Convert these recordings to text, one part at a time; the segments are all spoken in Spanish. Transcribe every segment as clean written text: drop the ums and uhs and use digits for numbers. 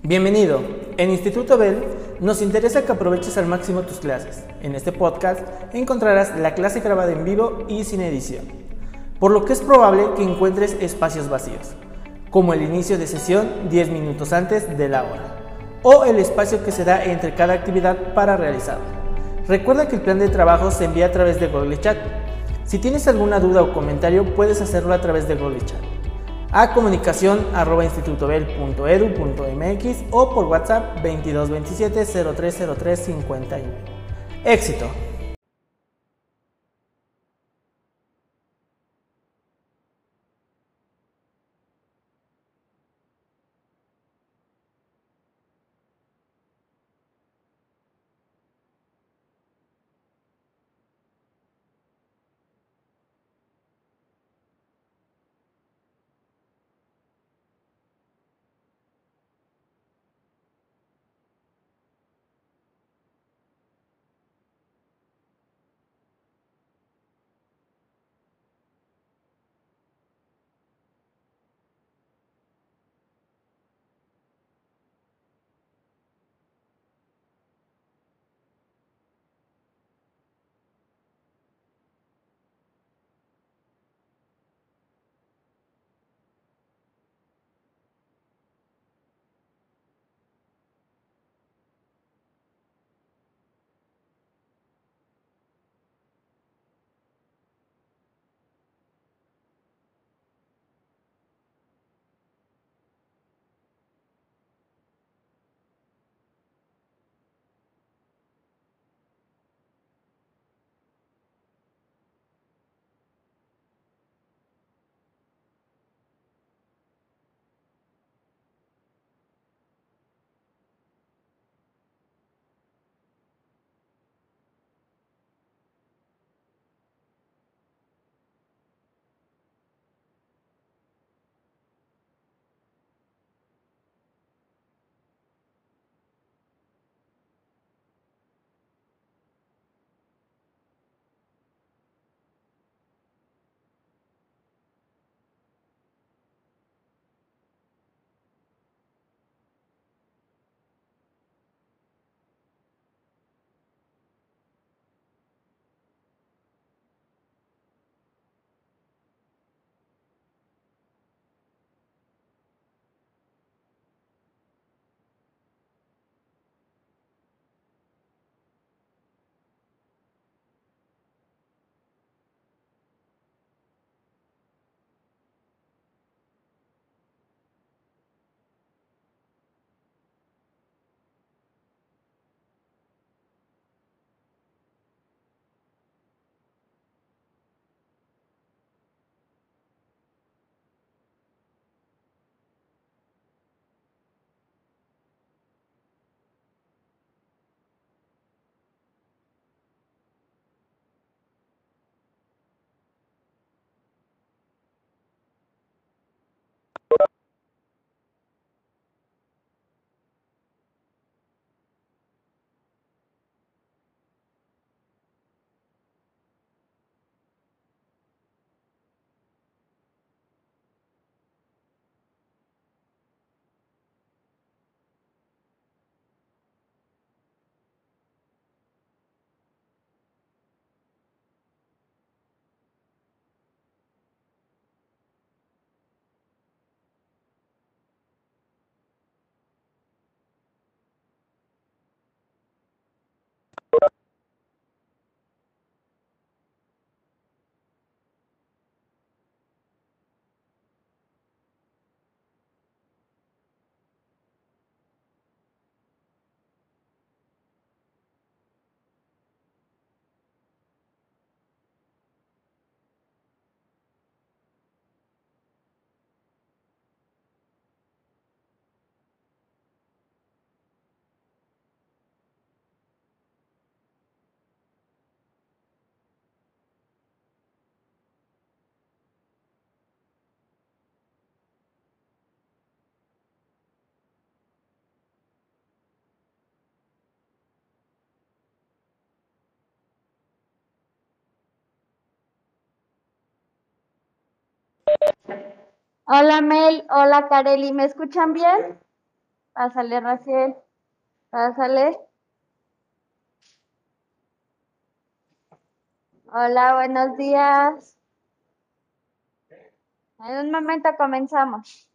Bienvenido. En Instituto Bell nos interesa que aproveches al máximo tus clases. En este podcast encontrarás la clase grabada en vivo y sin edición, por lo que es probable que encuentres espacios vacíos, como el inicio de sesión 10 minutos antes de la hora, o el espacio que se da entre cada actividad para realizarla. Recuerda que el plan de trabajo se envía a través de Google Chat. Si tienes alguna duda o comentario, puedes hacerlo a través de Google Chat a comunicación@institutobel.edu.mx o por WhatsApp 2227 0303 51. ¡Éxito! Hola Mel, hola Kareli, ¿me escuchan bien? Pásale, Raciel. Pásale. Hola, buenos días. En un momento comenzamos.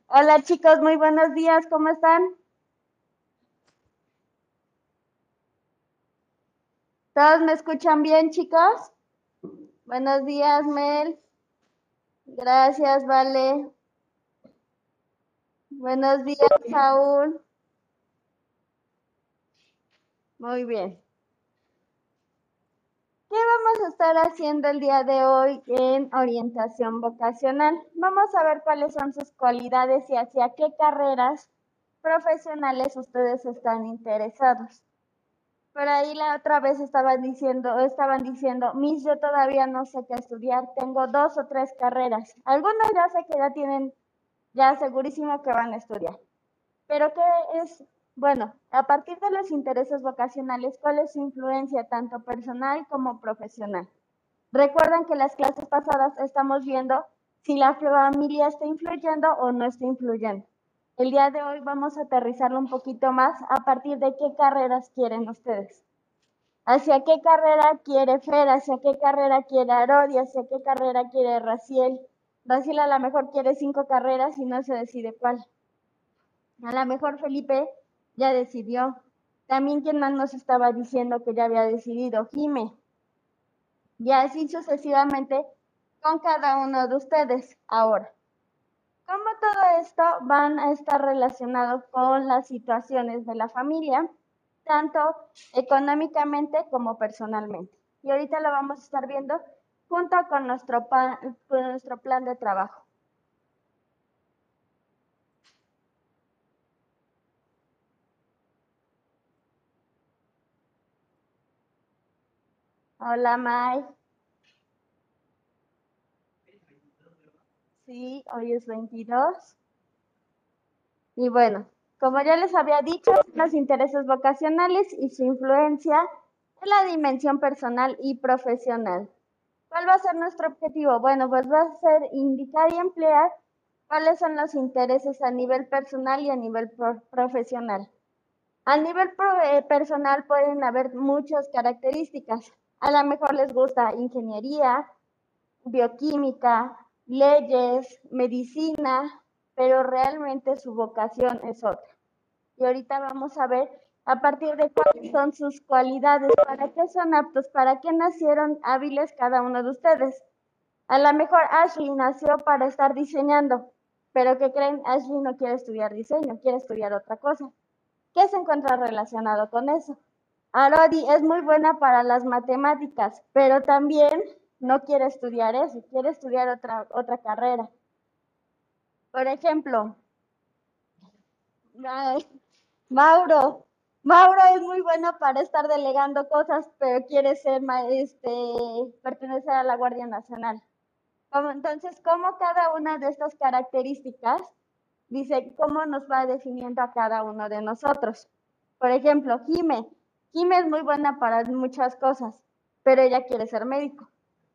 Hola chicos, muy buenos días, ¿cómo están? ¿Todos me escuchan bien, chicos? Buenos días, Mel. Gracias, Vale. Buenos días, Saúl. Muy bien. ¿Qué vamos a estar haciendo el día de hoy en orientación vocacional? Vamos a ver cuáles son sus cualidades y hacia qué carreras profesionales ustedes están interesados. Por ahí la otra vez estaban diciendo, Miss, yo todavía no sé qué estudiar, tengo 2 o 3 carreras. Algunos ya sé que ya tienen, ya segurísimo que van a estudiar. Pero ¿qué es? Bueno, a partir de los intereses vocacionales, ¿cuál es su influencia tanto personal como profesional? Recuerden que las clases pasadas estamos viendo si la familia está influyendo o no está influyendo. El día de hoy vamos a aterrizarlo un poquito más a partir de qué carreras quieren ustedes. ¿Hacia qué carrera quiere Fer? ¿Hacia qué carrera quiere Arodi? ¿Hacia qué carrera quiere Raciel? Raciel a lo mejor quiere 5 carreras y no se decide cuál. A lo mejor Felipe ya decidió. También quien más nos estaba diciendo que ya había decidido, Jime. Y así sucesivamente con cada uno de ustedes. Ahora, ¿cómo todo esto van a estar relacionados con las situaciones de la familia, tanto económicamente como personalmente? Y ahorita lo vamos a estar viendo junto con nuestro plan de trabajo. Hola, May. Sí, hoy es 22. Y bueno, como ya les había dicho, los intereses vocacionales y su influencia en la dimensión personal y profesional. ¿Cuál va a ser nuestro objetivo? Bueno, pues va a ser indicar y emplear cuáles son los intereses a nivel personal y a nivel profesional. A nivel personal pueden haber muchas características. A lo mejor les gusta ingeniería, bioquímica, leyes, medicina, pero realmente su vocación es otra. Y ahorita vamos a ver a partir de cuáles son sus cualidades, para qué son aptos, para qué nacieron hábiles cada uno de ustedes. A lo mejor Ashley nació para estar diseñando, pero ¿qué creen? Ashley no quiere estudiar diseño, quiere estudiar otra cosa. ¿Qué se encuentra relacionado con eso? Arodi es muy buena para las matemáticas, pero también no quiere estudiar eso, quiere estudiar otra carrera. Por ejemplo, Mauro. Mauro es muy bueno para estar delegando cosas, pero quiere pertenecer a la Guardia Nacional. Entonces, ¿cómo cada una de estas características dice cómo nos va definiendo a cada uno de nosotros? Por ejemplo, Jime. Jime es muy buena para muchas cosas, pero ella quiere ser médico.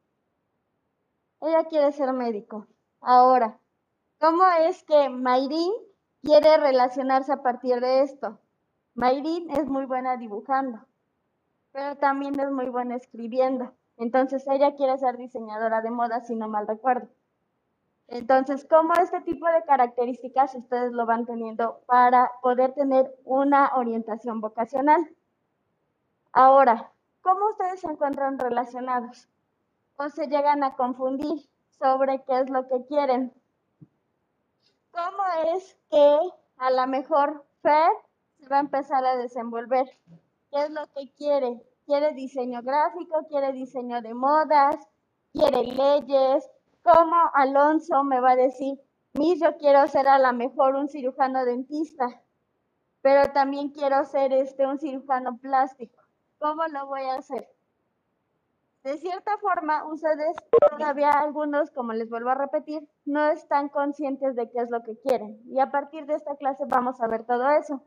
Ella quiere ser médico. Ahora, ¿cómo es que Mayrin quiere relacionarse a partir de esto? Mayrin es muy buena dibujando, pero también es muy buena escribiendo. Entonces ella quiere ser diseñadora de moda, si no mal recuerdo. Entonces, ¿cómo este tipo de características ustedes lo van teniendo para poder tener una orientación vocacional? Ahora, ¿cómo ustedes se encuentran relacionados? ¿O se llegan a confundir sobre qué es lo que quieren? ¿Cómo es que a lo mejor Fer se va a empezar a desenvolver? ¿Qué es lo que quiere? ¿Quiere diseño gráfico? ¿Quiere diseño de modas? ¿Quiere leyes? ¿Cómo Alonso me va a decir, Miss, yo quiero ser a lo mejor un cirujano dentista, pero también quiero ser un cirujano plástico? ¿Cómo lo voy a hacer? De cierta forma, ustedes todavía algunos, como les vuelvo a repetir, no están conscientes de qué es lo que quieren. Y a partir de esta clase vamos a ver todo eso.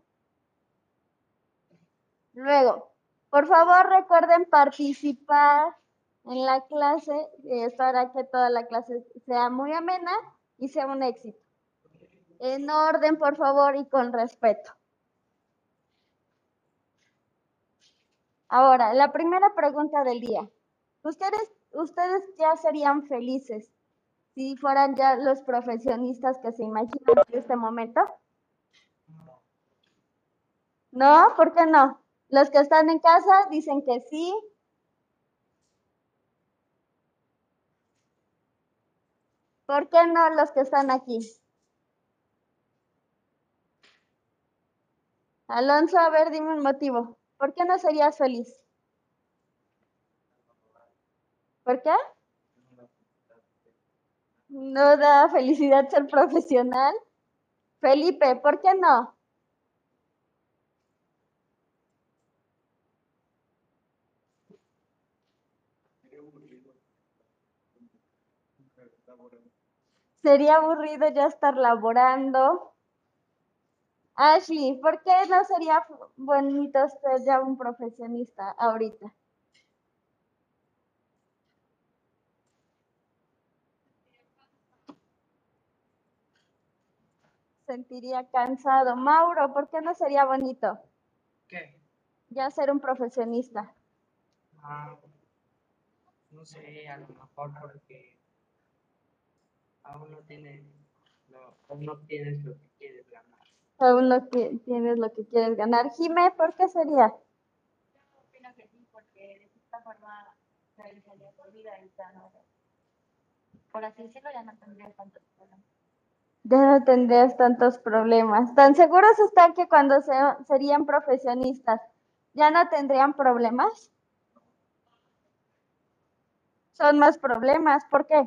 Luego, por favor recuerden participar en la clase. Esto hará que toda la clase sea muy amena y sea un éxito. En orden, por favor, y con respeto. Ahora, la primera pregunta del día. ¿Ustedes ya serían felices Si fueran ya los profesionistas que se imaginan en este momento. ¿No? ¿Por qué no? Los que están en casa dicen que sí. ¿Por qué no los que están aquí? Alonso, a ver, dime un motivo. ¿Por qué no serías feliz? ¿Por qué? ¿No da felicidad ser profesional? Felipe, ¿por qué no? Sería aburrido ya estar laborando. Ashley, ¿por qué no sería bonito ser ya un profesionista ahorita? Sentiría cansado. Mauro, ¿por qué no sería bonito ¿Qué? ya ser un profesionista? Ah, no sé, a lo mejor porque aún no tienes lo que quieres ganar. Aún no tienes lo que quieres ganar. Jime, ¿por qué sería? Yo opino que sí, porque de cierta forma realizaría tu vida y ya no, por así decirlo, ya no tendría tantos problemas. Ya no tendrías tantos problemas. Tan seguros están que cuando serían profesionistas, ya no tendrían problemas. Son más problemas. ¿Por qué?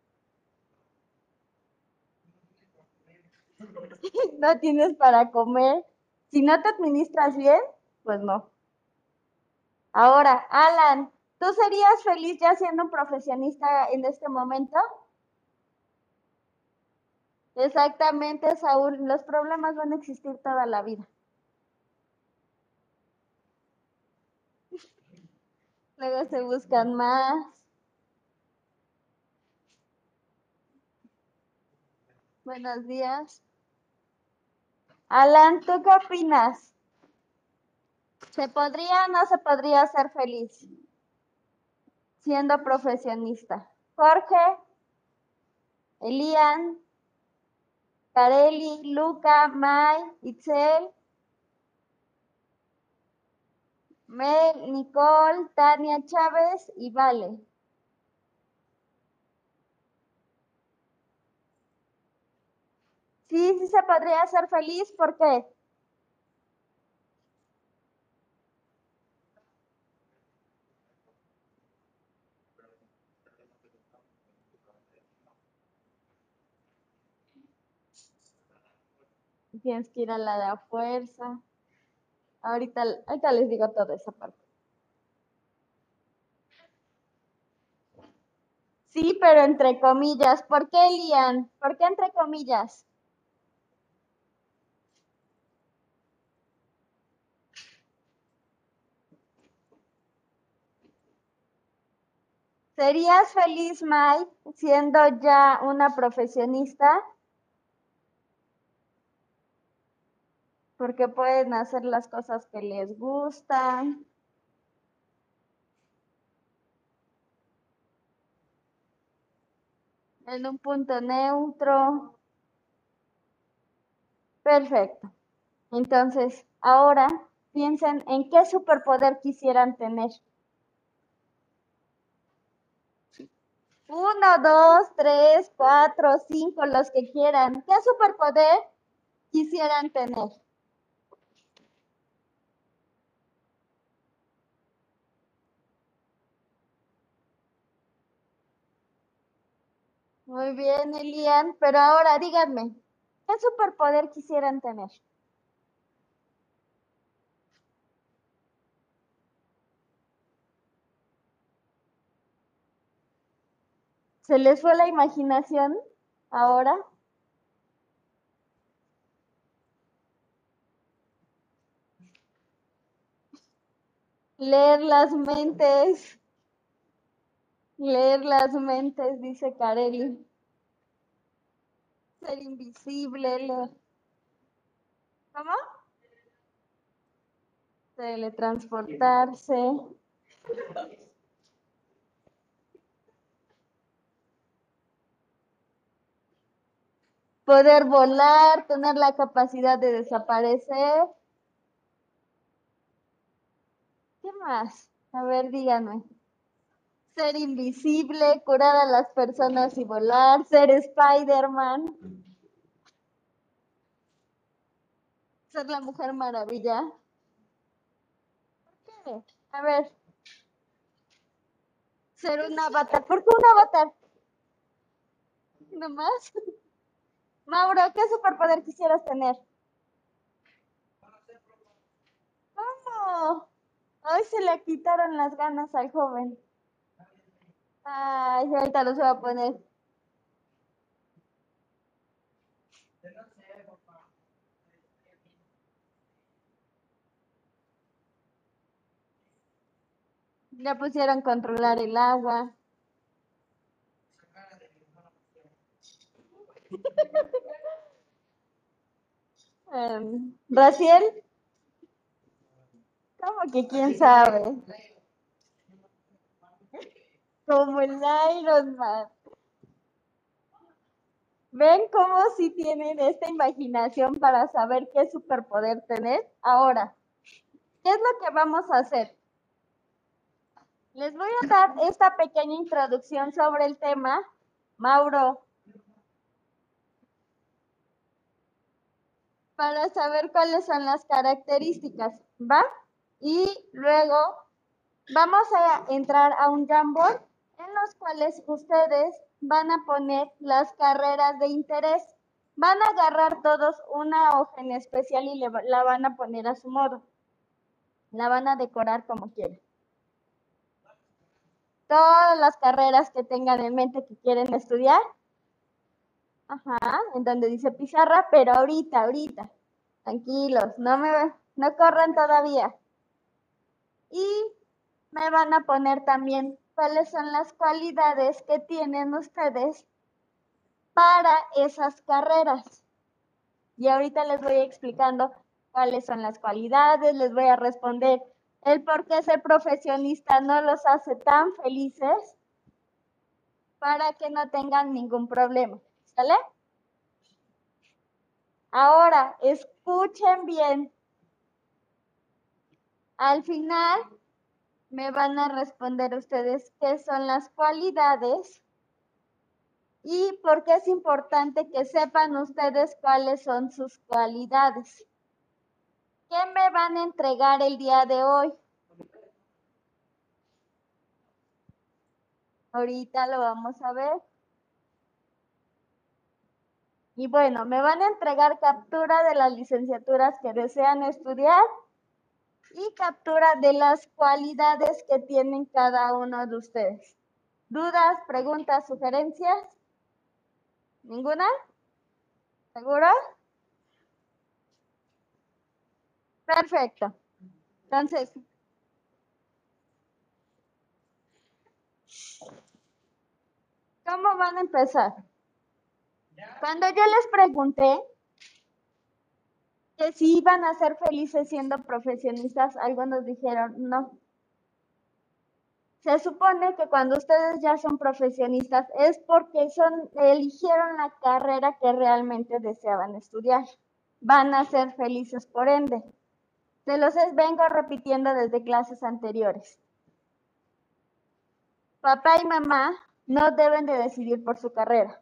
No tienes para comer. Si no te administras bien, pues no. Ahora, Alan, ¿tú serías feliz ya siendo un profesionista en este momento? Exactamente, Saúl. Los problemas van a existir toda la vida. Luego se buscan más. Buenos días. Alan, ¿tú qué opinas? ¿Se podría o no se podría ser feliz siendo profesionista? Jorge, Elian, Careli, Luca, May, Itzel, Mel, Nicole, Tania Chávez y Vale. Sí, sí se podría ser feliz, ¿por qué? Tienes que ir a la de a fuerza. Ahorita les digo toda esa parte. Sí, pero entre comillas. ¿Por qué, Elian? ¿Por qué entre comillas? ¿Serías feliz, Mai, siendo ya una profesionista? Porque pueden hacer las cosas que les gustan. En un punto neutro. Perfecto. Entonces, ahora piensen en qué superpoder quisieran tener. 1, 2, 3, 4, 5, los que quieran. ¿Qué superpoder quisieran tener? Muy bien, Elian, pero ahora díganme, ¿qué superpoder quisieran tener? ¿Se les fue la imaginación ahora? Leer las mentes. Leer las mentes, dice Carelli. Ser invisible, leer. ¿Cómo? Teletransportarse. poder volar, tener la capacidad de desaparecer. ¿Qué más? A ver, díganme. Ser invisible, curar a las personas y volar, ser Spider-Man, ser la Mujer Maravilla. ¿Por qué? A ver, ser un avatar. ¿Por qué un avatar? ¿No más? Mauro, ¿qué superpoder quisieras tener? ¿Cómo? Hoy se le quitaron las ganas al joven. Ay, ahorita los voy a poner. Ya pusieron controlar el agua. Raciel, ¿cómo que quién sabe? Como el Iron Man. ¿Ven cómo sí tienen esta imaginación para saber qué superpoder tener? Ahora, ¿qué es lo que vamos a hacer? Les voy a dar esta pequeña introducción sobre el tema. Mauro, para saber cuáles son las características, ¿va? Y luego vamos a entrar a un Jamboard en los cuales ustedes van a poner las carreras de interés. Van a agarrar todos una hoja en especial y la van a poner a su modo. La van a decorar como quieran. Todas las carreras que tengan en mente que quieren estudiar. Ajá, en donde dice pizarra, pero ahorita. Tranquilos, no corran todavía. Y me van a poner también cuáles son las cualidades que tienen ustedes para esas carreras. Y ahorita les voy explicando cuáles son las cualidades, les voy a responder el por qué ser profesionista no los hace tan felices para que no tengan ningún problema. ¿Sale? Ahora, escuchen bien. Al final me van a responder ustedes qué son las cualidades y por qué es importante que sepan ustedes cuáles son sus cualidades. ¿Qué me van a entregar el día de hoy? Ahorita lo vamos a ver. Y bueno, me van a entregar captura de las licenciaturas que desean estudiar y captura de las cualidades que tienen cada uno de ustedes. ¿Dudas, preguntas, sugerencias? ¿Ninguna? ¿Seguro? Perfecto. Entonces, ¿cómo van a empezar? Cuando yo les pregunté que si iban a ser felices siendo profesionistas, algunos dijeron no. Se supone que cuando ustedes ya son profesionistas es porque eligieron la carrera que realmente deseaban estudiar. Van a ser felices por ende. Se los vengo repitiendo desde clases anteriores. Papá y mamá no deben de decidir por su carrera,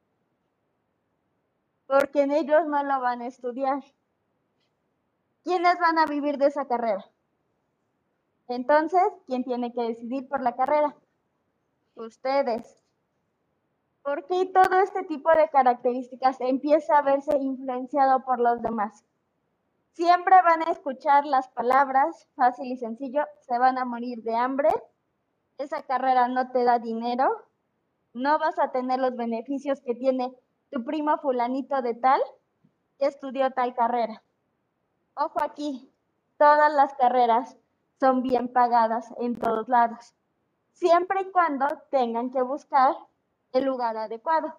porque ellos no lo van a estudiar. ¿Quiénes van a vivir de esa carrera? Entonces, ¿quién tiene que decidir por la carrera? Ustedes. ¿Por qué todo este tipo de características empieza a verse influenciado por los demás? Siempre van a escuchar las palabras fácil y sencillo, se van a morir de hambre, esa carrera no te da dinero, no vas a tener los beneficios que tiene tu primo fulanito de tal que estudió tal carrera. Ojo aquí, todas las carreras son bien pagadas en todos lados, siempre y cuando tengan que buscar el lugar adecuado.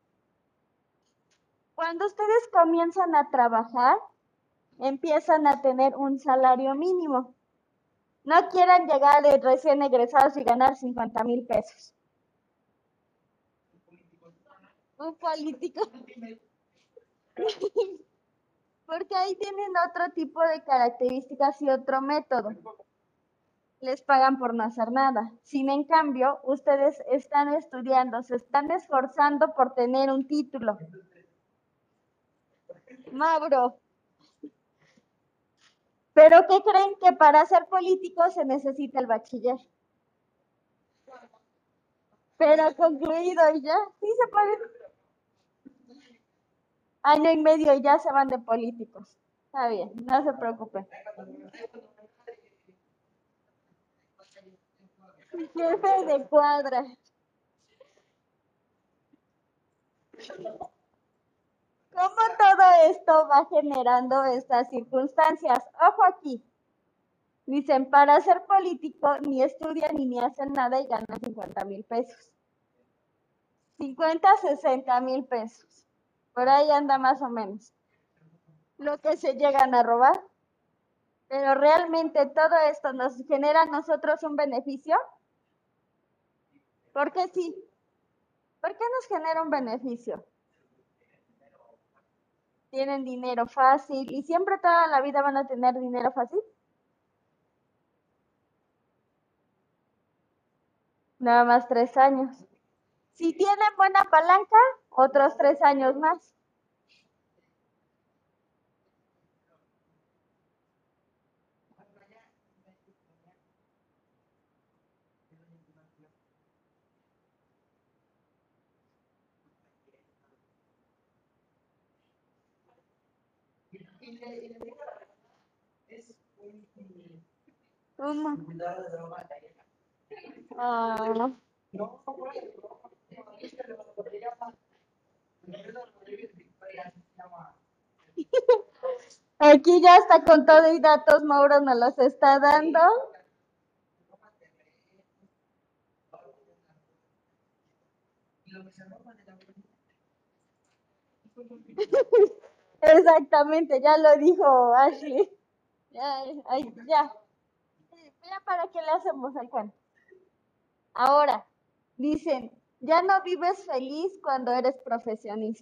Cuando ustedes comienzan a trabajar, empiezan a tener un salario mínimo. No quieran llegar de recién egresados y ganar 50,000 pesos. Un político. Porque ahí tienen otro tipo de características y otro método. Les pagan por no hacer nada. Sin en cambio, ustedes están estudiando, se están esforzando por tener un título. Mauro, ¿pero qué creen? Que para ser político se necesita el bachiller. Pero concluido y ya, sí se puede. Año y medio y ya se van de políticos. Está bien, no se preocupen. Jefe de cuadra. ¿Cómo todo esto va generando estas circunstancias? Ojo aquí. Dicen, para ser político ni estudian ni hacen nada y ganan 50,000 pesos. 50, 60,000 pesos. Por ahí anda más o menos. Lo que se llegan a robar. Pero realmente todo esto nos genera a nosotros un beneficio. ¿Por qué sí? ¿Por qué nos genera un beneficio? Tienen dinero fácil y siempre toda la vida van a tener dinero fácil. Nada más 3 años. Si tienen buena palanca, otros 3 años más. ¿Cómo? Ah, aquí ya está con todo y datos, Mauro nos los está dando. Exactamente, ya lo dijo Ashley. Ya, ya. Ya para qué le hacemos el cuento. Ahora, dicen, ya no vives feliz cuando eres profesionista.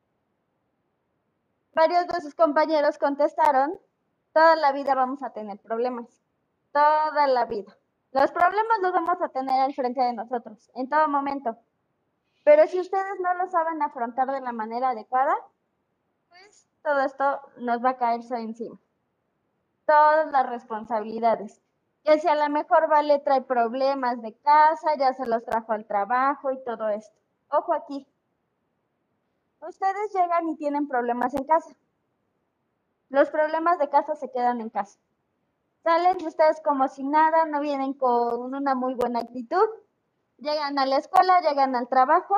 Varios de sus compañeros contestaron, toda la vida vamos a tener problemas. Toda la vida. Los problemas los vamos a tener al frente de nosotros, en todo momento. Pero si ustedes no lo saben afrontar de la manera adecuada, pues todo esto nos va a caerse encima. Todas las responsabilidades. Que si a lo mejor Vale trae problemas de casa, ya se los trajo al trabajo y todo esto. Ojo aquí. Ustedes llegan y tienen problemas en casa. Los problemas de casa se quedan en casa. Salen ustedes como si nada, no vienen con una muy buena actitud. Llegan a la escuela, llegan al trabajo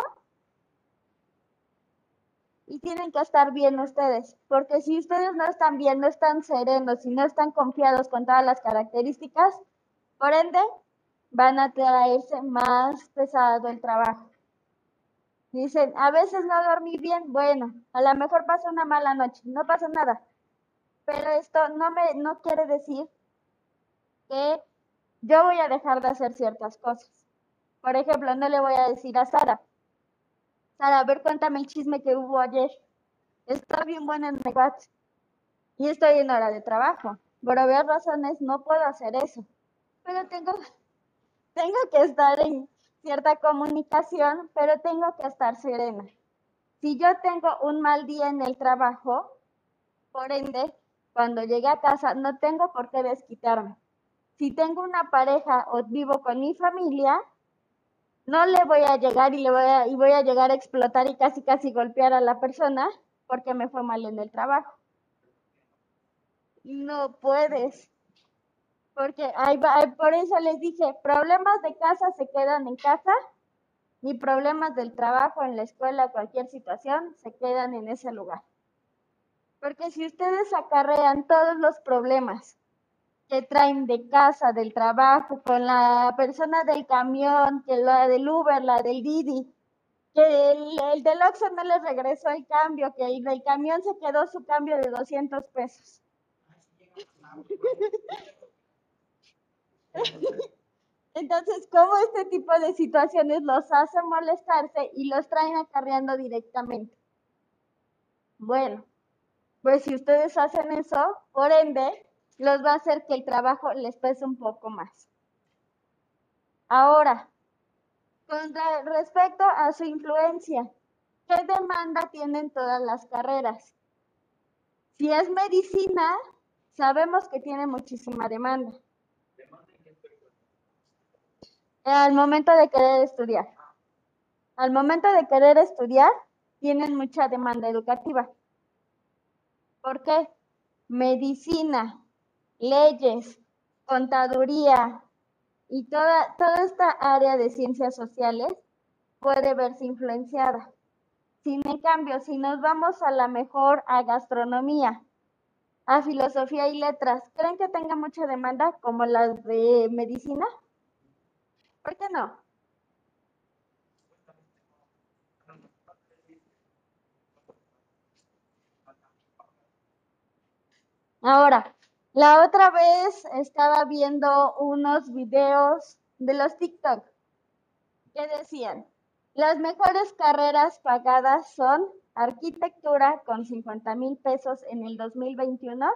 y tienen que estar bien ustedes, porque si ustedes no están bien, no están serenos y no están confiados con todas las características, por ende, van a traerse más pesado el trabajo. Dicen, a veces no dormí bien, bueno, a lo mejor pasó una mala noche, no pasa nada, pero esto no quiere decir que yo voy a dejar de hacer ciertas cosas. Por ejemplo, no le voy a decir a Sara, a ver, cuéntame el chisme que hubo ayer. Está bien bueno en el WhatsApp y estoy en hora de trabajo. Por obvias razones no puedo hacer eso. Pero tengo que estar en cierta comunicación, pero tengo que estar serena. Si yo tengo un mal día en el trabajo, por ende, cuando llegue a casa no tengo por qué desquitarme. Si tengo una pareja o vivo con mi familia, no le voy a llegar y voy a llegar a explotar y casi golpear a la persona porque me fue mal en el trabajo. No puedes. Porque por eso les dije, problemas de casa se quedan en casa y problemas del trabajo, en la escuela, cualquier situación, se quedan en ese lugar. Porque si ustedes acarrean todos los problemas que traen de casa, del trabajo, con la persona del camión, que la del Uber, la del Didi, que el del Oxxo no les regresó el cambio, que el del camión se quedó su cambio de 200 pesos. Entonces, ¿cómo este tipo de situaciones los hace molestarse y los traen acarreando directamente? Bueno, pues si ustedes hacen eso, por ende, los va a hacer que el trabajo les pese un poco más. Ahora, con respecto a su influencia, ¿qué demanda tienen todas las carreras? Si es medicina, sabemos que tiene muchísima demanda. Al momento de querer estudiar. Al momento de querer estudiar, tienen mucha demanda educativa. ¿Por qué? Medicina, leyes, contaduría y toda esta área de ciencias sociales puede verse influenciada. Sin en cambio, si nos vamos a la mejor a gastronomía, a filosofía y letras, ¿creen que tenga mucha demanda como las de medicina? ¿Por qué no? Ahora, la otra vez estaba viendo unos videos de los TikTok que decían, las mejores carreras pagadas son arquitectura con 50,000 pesos en el 2021,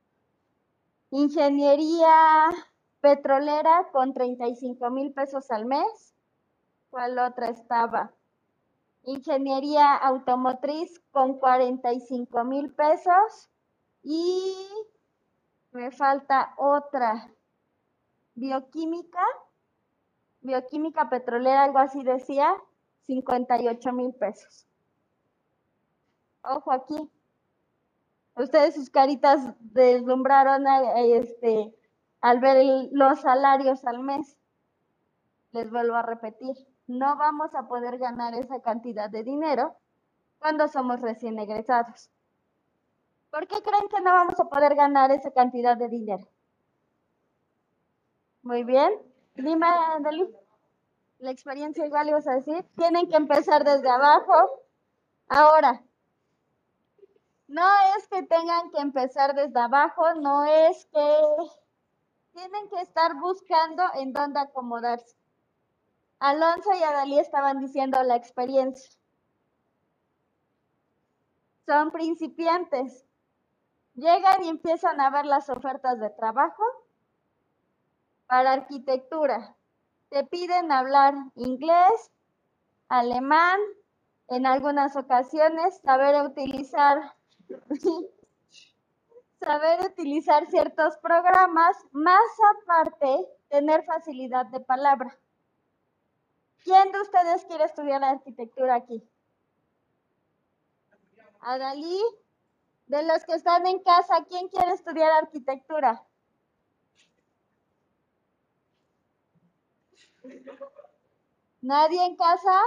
ingeniería petrolera con 35,000 pesos al mes. ¿Cuál otra estaba? Ingeniería automotriz con 45,000 pesos y me falta otra, bioquímica petrolera, algo así decía, 58,000 pesos. Ojo aquí, ustedes sus caritas deslumbraron al ver los salarios al mes. Les vuelvo a repetir, no vamos a poder ganar esa cantidad de dinero cuando somos recién egresados. ¿Por qué creen que no vamos a poder ganar esa cantidad de dinero? Muy bien. Dime, Andalí. La experiencia igual ibas a decir. Tienen que empezar desde abajo. Ahora, no es que tengan que empezar desde abajo, no es que tienen que estar buscando en dónde acomodarse. Alonso y Adalí estaban diciendo la experiencia. Son principiantes. Llegan y empiezan a ver las ofertas de trabajo para arquitectura. Te piden hablar inglés, alemán, en algunas ocasiones saber utilizar ciertos programas, más aparte tener facilidad de palabra. ¿Quién de ustedes quiere estudiar arquitectura aquí? Adalí, de los que están en casa, ¿quién quiere estudiar arquitectura? ¿Nadie en casa?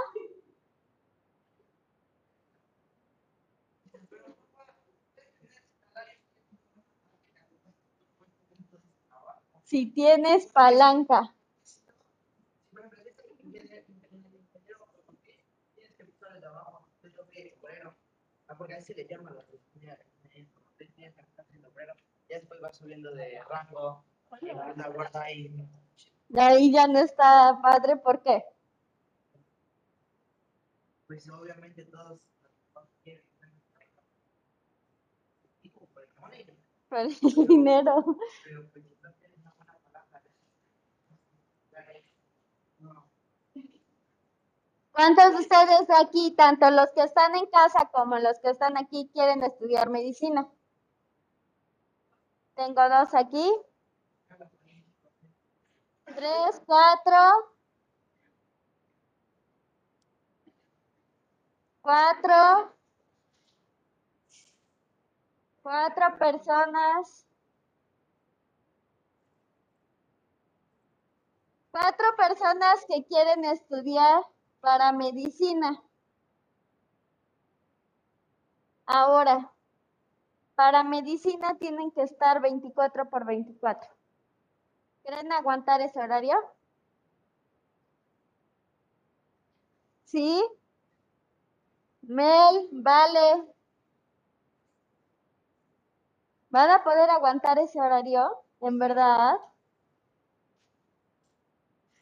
Si tienes palanca. Porque así le llaman la ya después va subiendo de rango, la guarda ahí. De ahí ya no está padre, ¿por qué? Pues obviamente todos quieren. Por el dinero. Pero pues si no tienes una buena palabra, no. ¿Cuántos de ustedes de aquí, tanto los que están en casa como los que están aquí, quieren estudiar medicina? Tengo 2 aquí. 3, 4. 4. 4 personas. 4 personas que quieren estudiar para medicina. Ahora, para medicina tienen que estar 24 por 24. ¿Quieren aguantar ese horario? ¿Sí? Mel, Vale. ¿Van a poder aguantar ese horario? ¿En verdad?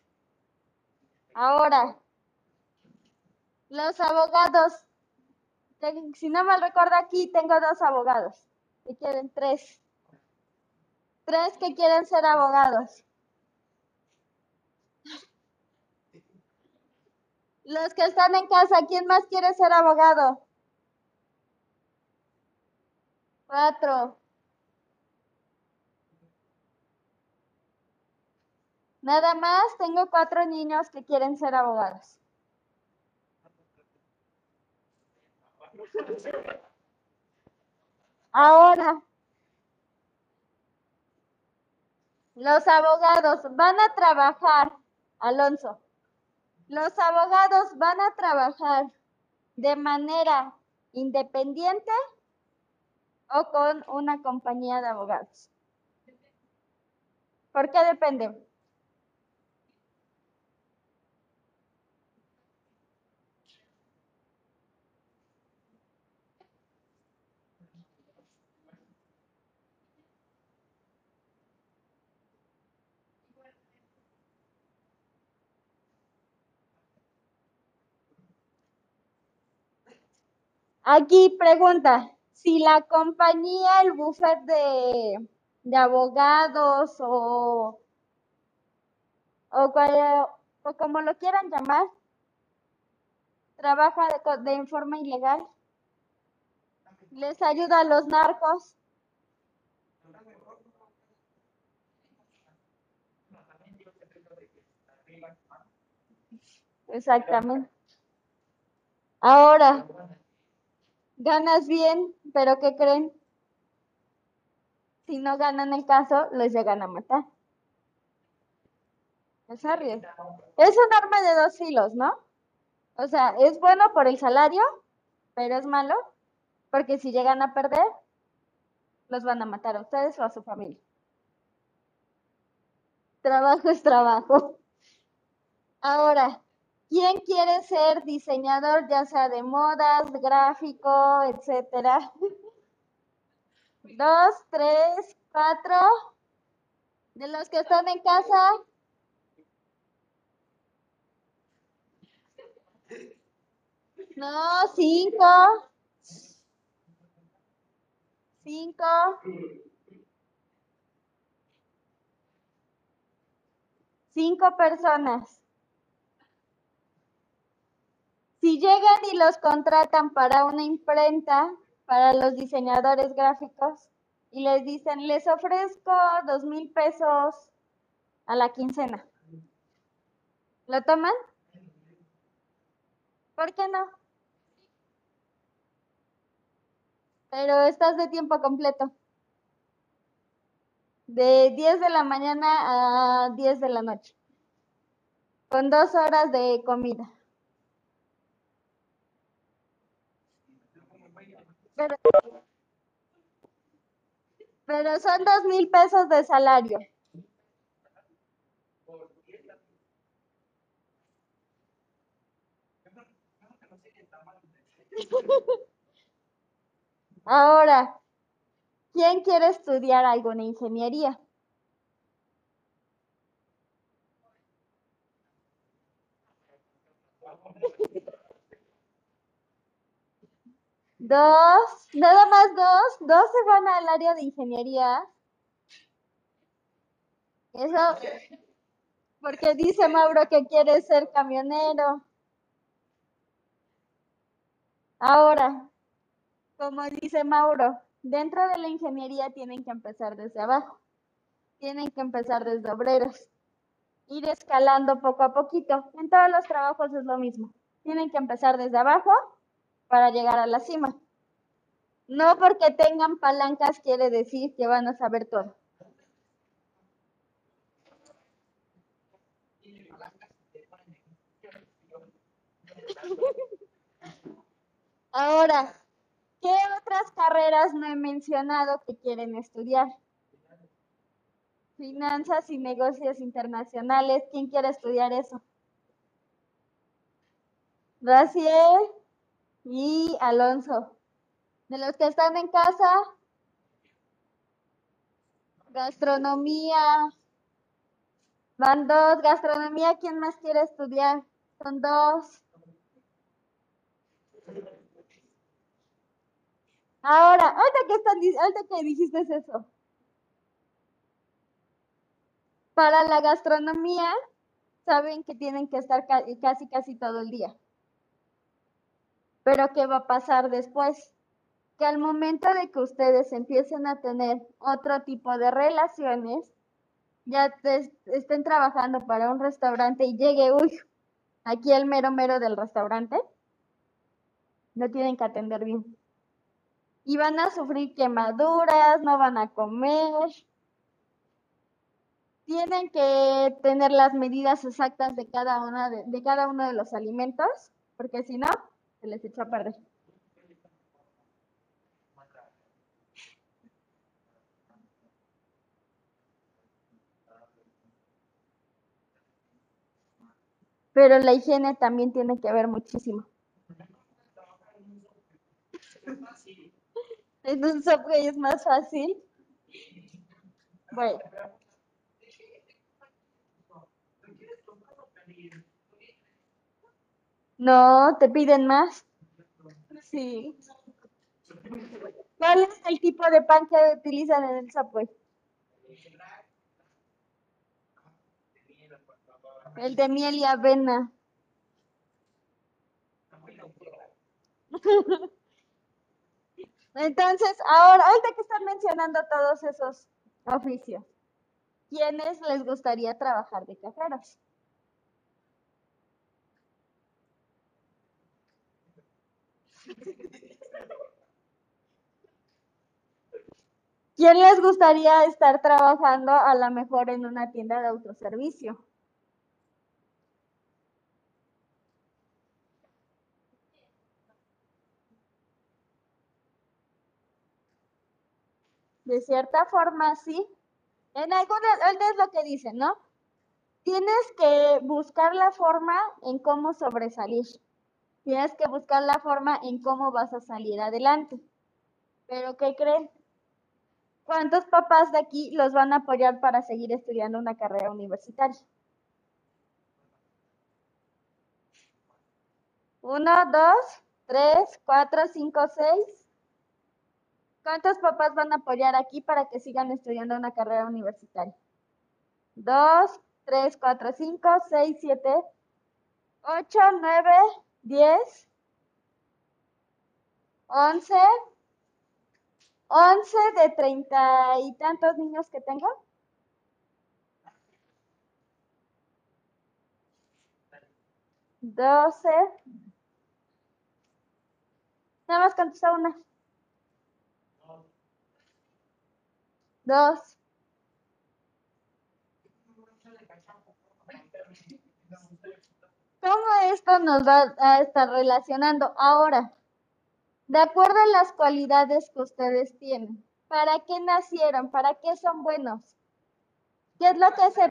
Ahora, los abogados, Si no mal recuerdo, aquí tengo 2 abogados. ¿Qué quieren? 3. 3 que quieren ser abogados. Los que están en casa, ¿quién más quiere ser abogado? 4. Nada más, tengo 4 niños que quieren ser abogados. Ahora, los abogados van a trabajar, Alonso, los abogados van a trabajar de manera independiente o con una compañía de abogados. ¿Por qué depende? Aquí pregunta, si la compañía, el bufet de abogados o como lo quieran llamar, trabaja de forma ilegal, les ayuda a los narcos. Exactamente. Ahora, ganas bien, pero ¿qué creen? Si no ganan el caso, les llegan a matar. Es arriesgo. Es un arma de 2 filos, ¿no? O sea, es bueno por el salario, pero es malo porque si llegan a perder, los van a matar a ustedes o a su familia. Trabajo es trabajo. Ahora, ¿quién quiere ser diseñador, ya sea de modas, gráfico, etcétera? 2, 3, 4. De los que están en casa. No, 5. 5. 5 personas. Si llegan y los contratan para una imprenta, para los diseñadores gráficos, y les dicen, les ofrezco 2,000 pesos a la quincena, ¿lo toman? ¿Por qué no? Pero estás de tiempo completo. De 10 de la mañana a 10 de la noche. Con 2 horas de comida. Pero son 2,000 pesos de salario. Ahora, ¿quién quiere estudiar alguna ingeniería? 2, nada más 2. 2 se van al área de ingeniería. Eso, porque dice Mauro que quiere ser camionero. Ahora, como dice Mauro, dentro de la ingeniería tienen que empezar desde abajo. Tienen que empezar desde obreros. Ir escalando poco a poquito. En todos los trabajos es lo mismo. Tienen que empezar desde abajo para llegar a la cima. No porque tengan palancas quiere decir que van a saber todo. Ahora, ¿qué otras carreras no he mencionado que quieren estudiar? Finanzas y negocios internacionales. ¿Quién quiere estudiar eso? Raciel y Alonso. De los que están en casa, gastronomía. Van 2. Gastronomía, ¿quién más quiere estudiar? Son 2. Ahora, ahorita que dijiste eso, para la gastronomía, saben que tienen que estar casi todo el día. Pero ¿qué va a pasar después? Que al momento de que ustedes empiecen a tener otro tipo de relaciones, ya estén trabajando para un restaurante y llegue, uy, aquí el mero mero del restaurante, no tienen que atender bien. Y van a sufrir quemaduras, no van a comer. Tienen que tener las medidas exactas de de cada uno de los alimentos, porque si no, se les echa a perder. Pero la higiene también tiene que ver muchísimo. En un Subway es más fácil. Bueno, no, te piden más. Sí. ¿Cuál es el tipo de pan que utilizan en el Subway? El de miel y avena. Entonces, ahorita que están mencionando todos esos oficios, ¿quiénes les gustaría trabajar de cajeros? ¿Quién les gustaría estar trabajando a lo mejor en una tienda de autoservicio? De cierta forma, sí. En algunas, ahorita es lo que dicen, ¿no? Tienes que buscar la forma en cómo sobresalir. Tienes que buscar la forma en cómo vas a salir adelante. Pero ¿qué creen? ¿Cuántos papás de aquí los van a apoyar para seguir estudiando una carrera universitaria? 1, 2, 3, 4, 5, 6. ¿Cuántos papás van a apoyar aquí para que sigan estudiando una carrera universitaria? 2, 3, 4, 5, 6, 7, 8, 9, 10, 11, 11 de 30 y tantos niños que tengo. 12. Nada más contesta una. 2. ¿Cómo esto nos va a estar relacionando? Ahora, de acuerdo a las cualidades que ustedes tienen, ¿para qué nacieron? ¿Para qué son buenos? ¿Qué es lo que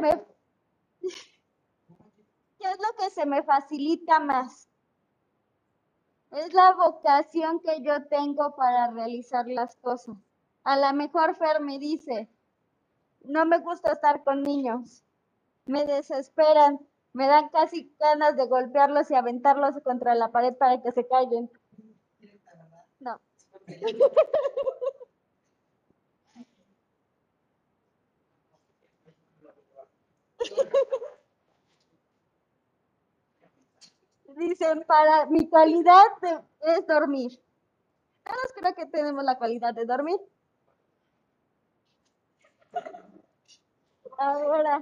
qué es lo que se me facilita más? Es la vocación que yo tengo para realizar las cosas. A lo mejor Fer me dice, no me gusta estar con niños, me desesperan, me dan casi ganas de golpearlos y aventarlos contra la pared para que se callen. No. Dicen, para mi cualidad es dormir. Todos creo que tenemos la cualidad de dormir. Ahora,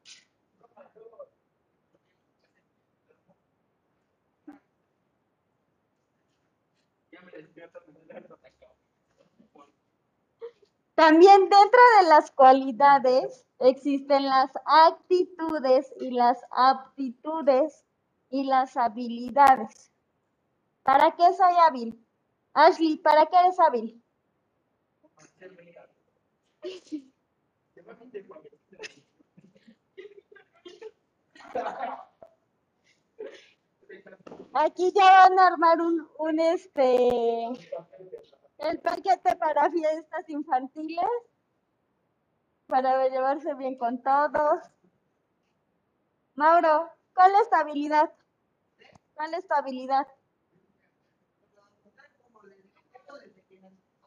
también dentro de las cualidades existen las actitudes y las aptitudes y las habilidades. ¿Para qué soy hábil? Ashley, ¿para qué eres hábil? Aquí ya van a armar el paquete para fiestas infantiles, para llevarse bien con todos. Mauro, ¿cuál es tu habilidad? ¿Cuál es tu habilidad?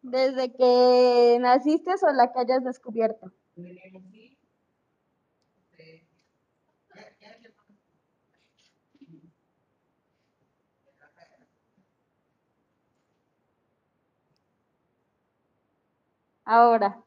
¿Desde que naciste o la que hayas descubierto? Ahora,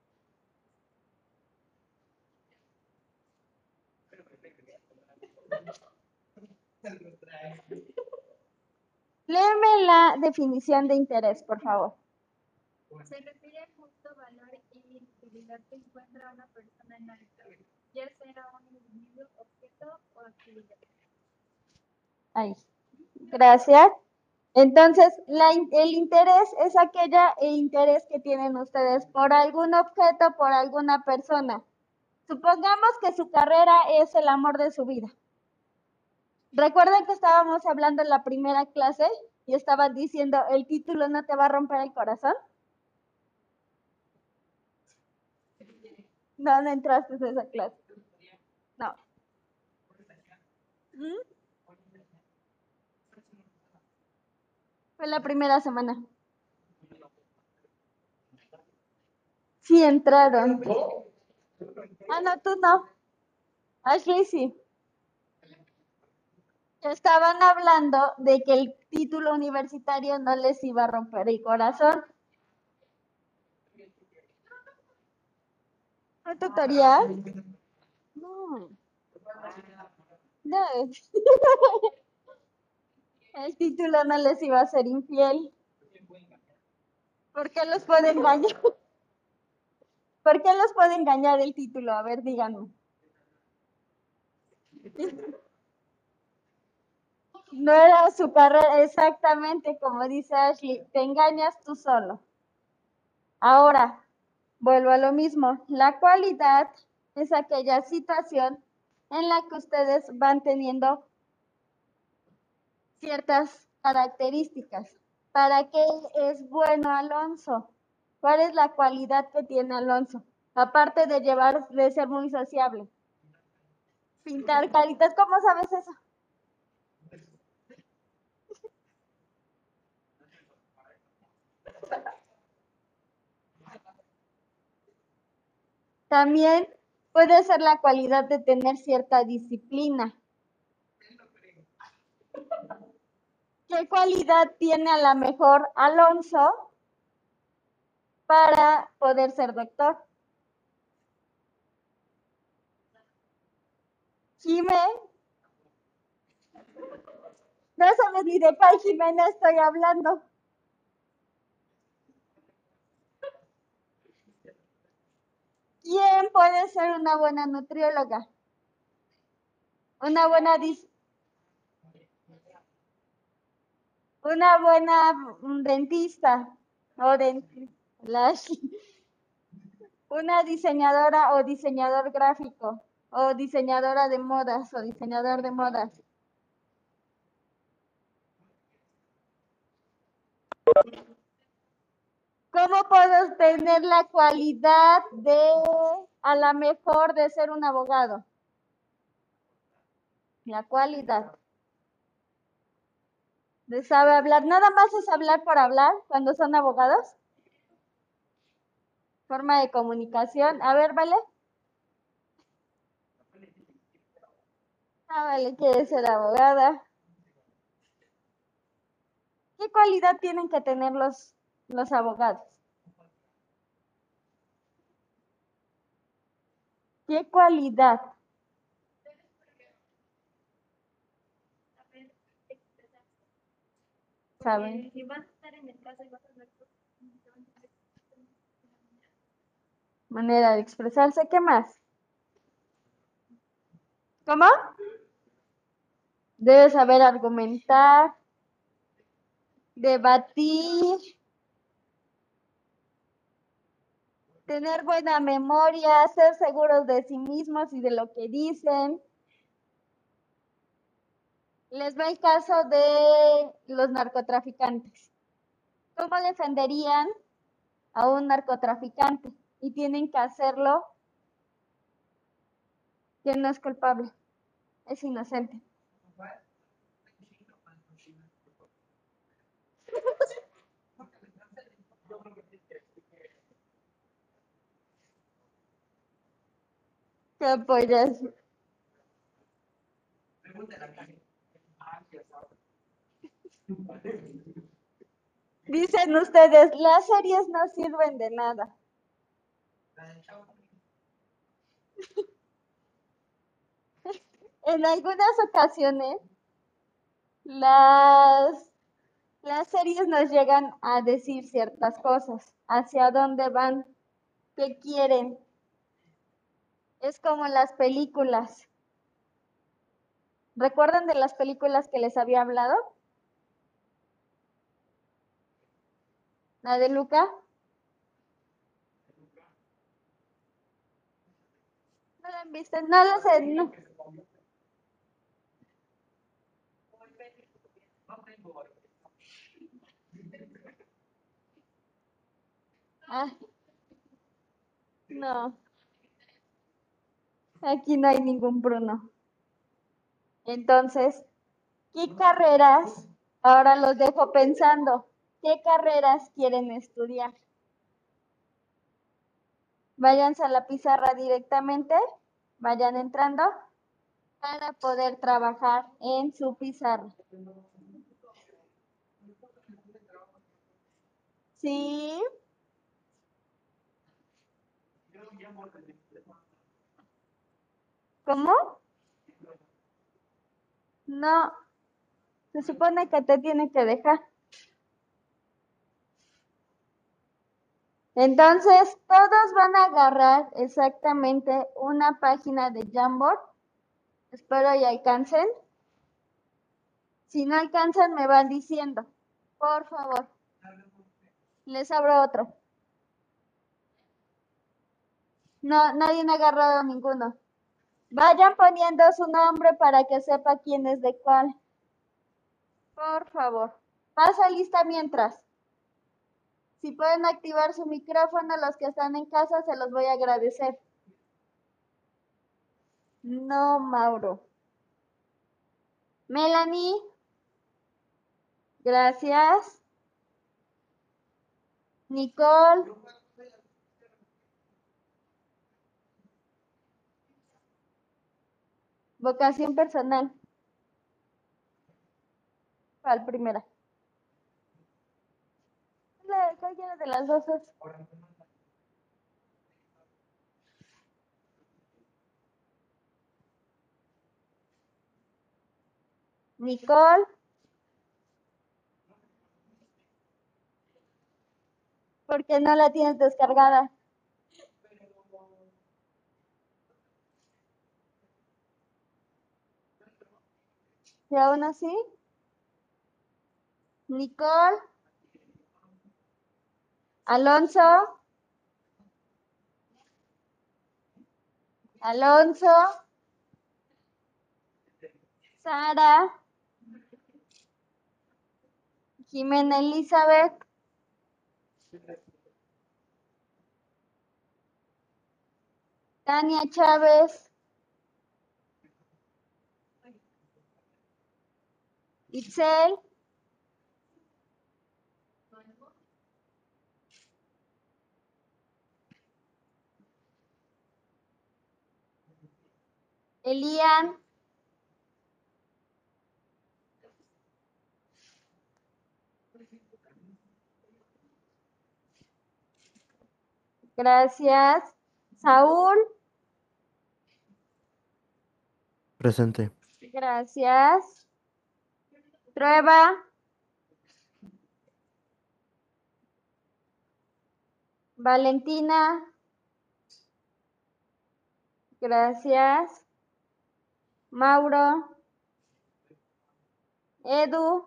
léeme la definición de interés, por favor. Se refiere al justo valor y utilidad que encuentra una persona en algo, ya sea un individuo, objeto o actividad. Ahí. Gracias. Entonces, el interés es el interés que tienen ustedes por algún objeto, por alguna persona. Supongamos que su carrera es el amor de su vida. ¿Recuerdan que estábamos hablando en la primera clase y estaban diciendo, el título no te va a romper el corazón? No, no entraste a esa clase. No. ¿Mm? Fue la primera semana. Sí entraron. Ah, no, tú no. Ashley sí. Estaban hablando de que el título universitario no les iba a romper el corazón. ¿Fue tutorial? No. No. El título no les iba a ser infiel. ¿Por qué los puede engañar? ¿Por qué los puede engañar el título? A ver, díganme. No era su carrera exactamente como dice Ashley, te engañas tú solo. Ahora, vuelvo a lo mismo. La cualidad es aquella situación en la que ustedes van teniendo ciertas características. ¿Para qué es bueno Alonso? ¿Cuál es la cualidad que tiene Alonso? Aparte de ser muy sociable. Pintar caritas, ¿cómo sabes eso? También puede ser la cualidad de tener cierta disciplina. ¿Qué cualidad tiene a lo mejor Alonso para poder ser doctor? Jimé, no sabes ni de cuál Jimena estoy hablando. ¿Quién puede ser una buena nutrióloga? Una buena dentista o una diseñadora o diseñador gráfico o diseñadora de modas o diseñador de modas. ¿Cómo puedo tener la cualidad a la mejor, de ser un abogado? La cualidad de saber hablar. ¿Nada más es hablar por hablar cuando son abogados? Forma de comunicación. A ver, ¿vale? Ah, vale, quiere ser abogada. ¿Qué cualidad tienen que tener los abogados? ¿Qué cualidad? ¿Saben? Si vas a estar en el caso y vas a hablar Manera de expresarse. ¿Qué más? ¿Cómo? Debe saber argumentar, debatir, tener buena memoria, ser seguros de sí mismos y de lo que dicen. Les va el caso de los narcotraficantes. ¿Cómo defenderían a un narcotraficante? Y tienen que hacerlo quien no es culpable, es inocente. ¿Qué apoyas? Pregúntale a Karen. Ya sabes. Dicen ustedes, las series no sirven de nada. La del Chavo. En algunas ocasiones, las series nos llegan a decir ciertas cosas, hacia dónde van, qué quieren. Es como las películas. ¿Recuerdan de las películas que les había hablado? La de Luca. ¿No la han visto? No lo sé. No. Ah, no, aquí no hay ningún Bruno. Entonces, ¿qué carreras? Ahora los dejo pensando. ¿Qué carreras quieren estudiar? Váyanse a la pizarra directamente, vayan entrando para poder trabajar en su pizarra. ¿Sí? ¿Cómo? No, se supone que te tiene que dejar. Entonces, todos van a agarrar exactamente una página de Jamboard. Espero y alcancen. Si no alcanzan, me van diciendo. Por favor. Les abro otro. No, nadie ha agarrado ninguno. Vayan poniendo su nombre para que sepa quién es de cuál. Por favor. Pasa lista mientras. Si pueden activar su micrófono, los que están en casa, se los voy a agradecer. No, Mauro. Melanie. Gracias. Nicole. Vocación personal. ¿Cuál primera? Cualquiera de las dos es. Nicole. ¿Por qué no la tienes descargada? ¿Y aún así? Nicole. Alonso. Alonso. Sara. Jimena Elizabeth. Tania Chávez. Itzel. Elian. Gracias. Saúl. Presente. Gracias. Trueba. Valentina. Gracias. Mauro. Edu.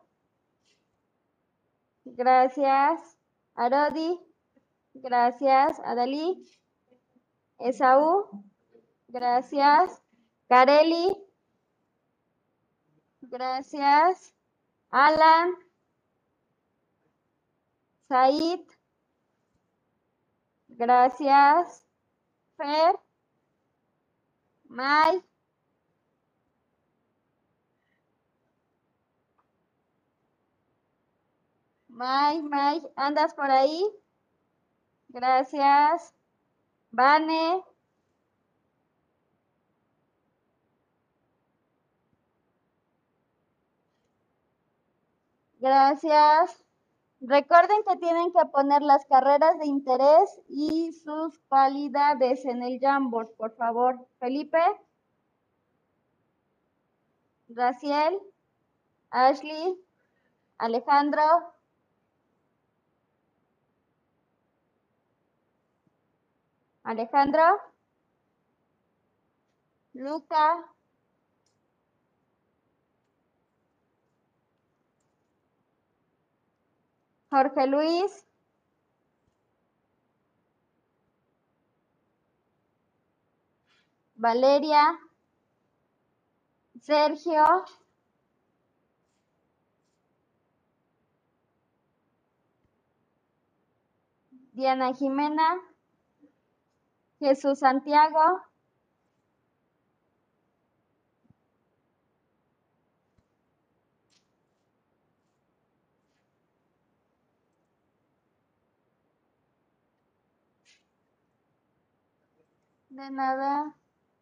Gracias. Arodi. Gracias. Adalí. Esaú. Gracias. Careli. Gracias. Alan. Said. Gracias. Fer. May. May, ¿andas por ahí? Gracias. Vane. Gracias. Recuerden que tienen que poner las carreras de interés y sus cualidades en el Jamboard, por favor. Felipe, Raciel, Ashley, Alejandro, Luca, Jorge Luis, Valeria, Sergio, Diana Jimena, Jesús Santiago, de nada.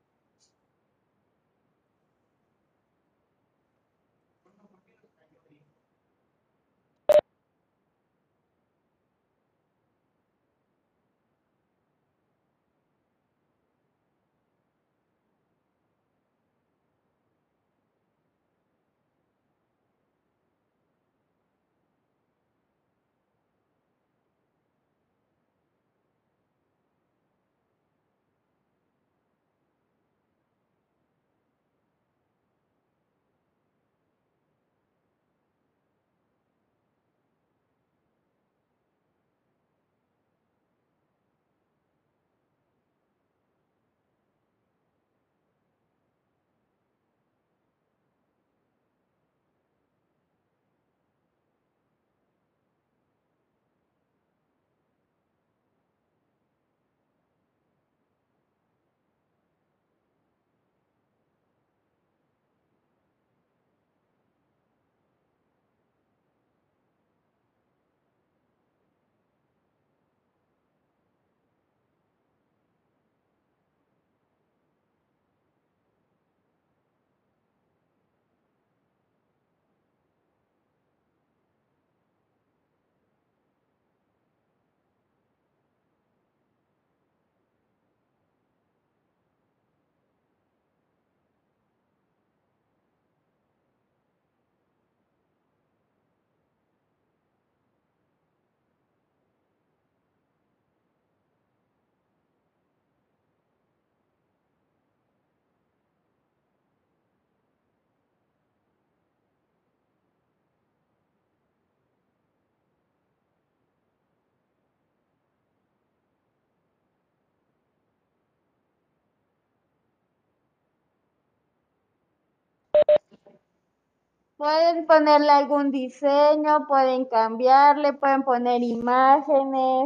Pueden ponerle algún diseño, pueden cambiarle, pueden poner imágenes,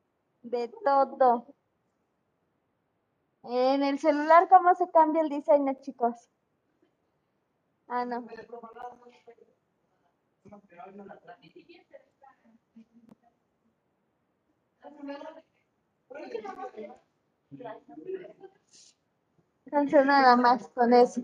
de todo. En el celular, ¿cómo se cambia el diseño, chicos? Ah, no. Entonces nada más con eso.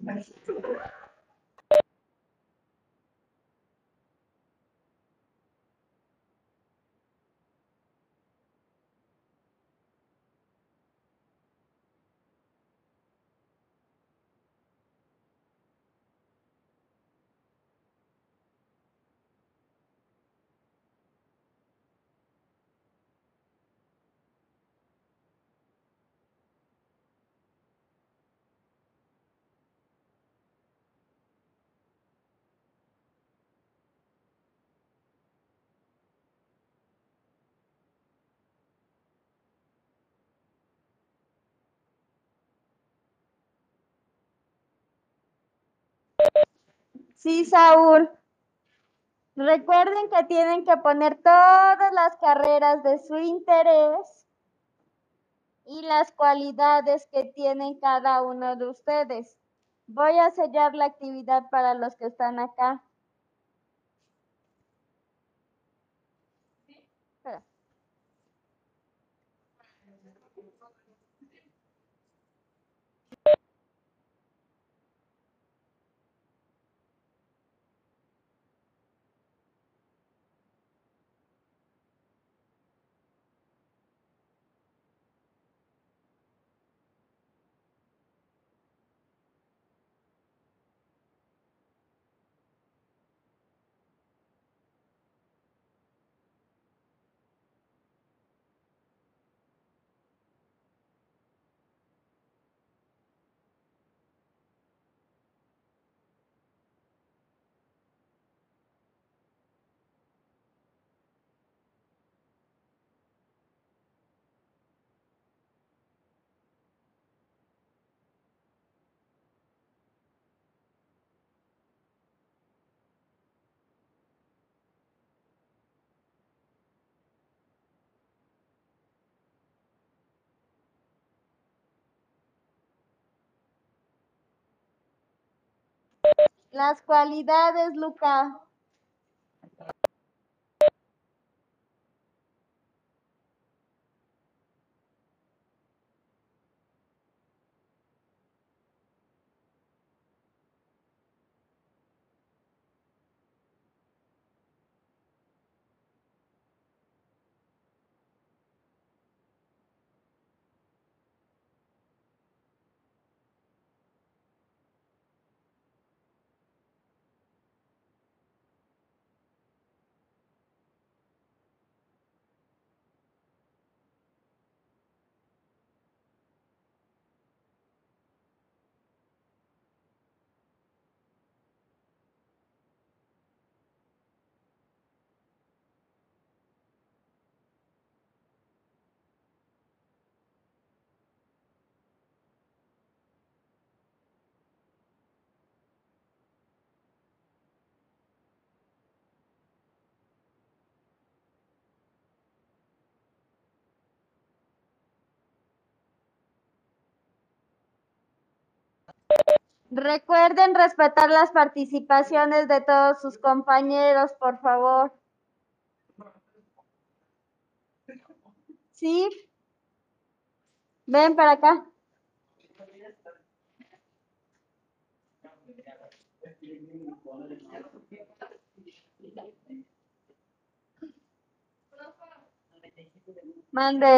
Sí, Saúl. Recuerden que tienen que poner todas las carreras de su interés y las cualidades que tienen cada uno de ustedes. Voy a sellar la actividad para los que están acá. Espera. Las cualidades, Luca. Recuerden respetar las participaciones de todos sus compañeros, por favor. Sí, ven para acá. Mande.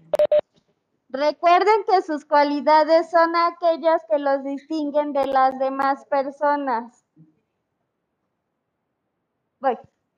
Recuerden que sus cualidades son aquellas que los distinguen de las demás personas. Voy.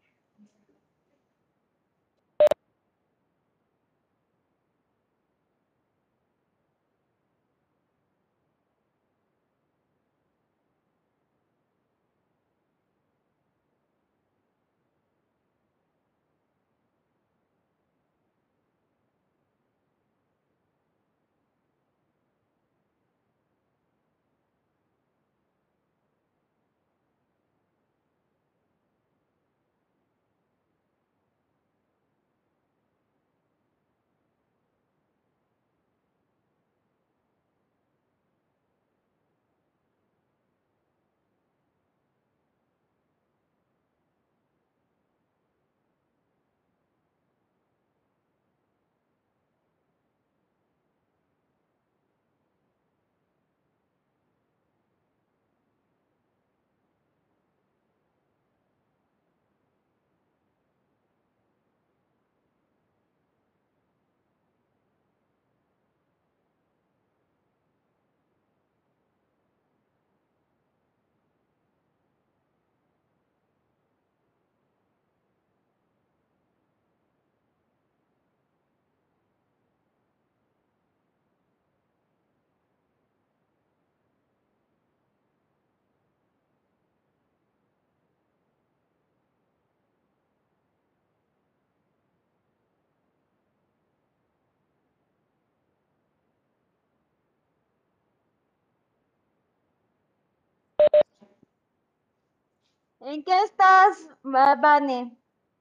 ¿En qué estás, Vane?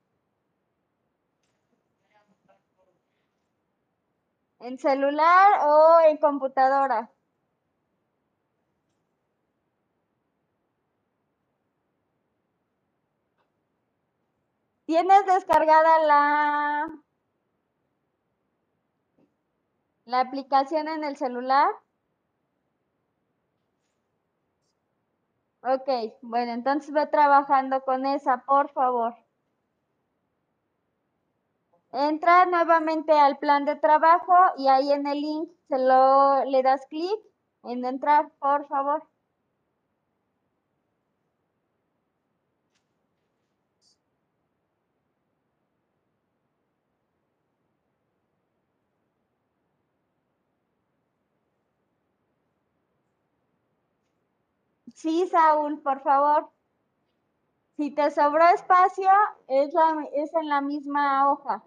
¿En celular o en computadora? ¿Tienes descargada la aplicación en el celular? Ok, bueno, entonces ve trabajando con esa, por favor. Entra nuevamente al plan de trabajo y ahí en el link le das clic en entrar, por favor. Sí, Saúl, por favor. Si te sobró espacio, es en la misma hoja.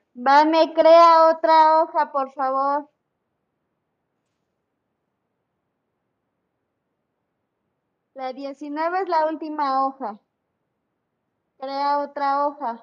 Vane, crea otra hoja, por favor. La 19 es la última hoja. Crea otra hoja.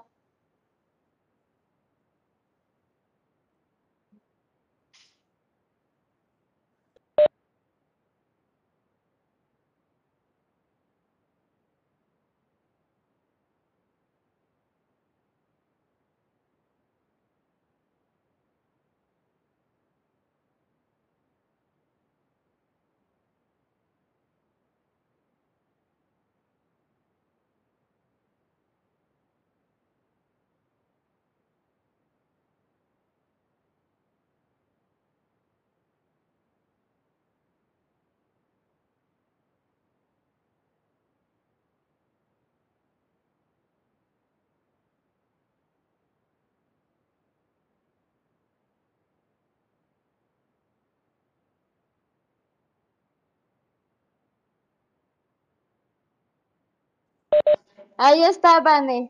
Ahí está, Vane.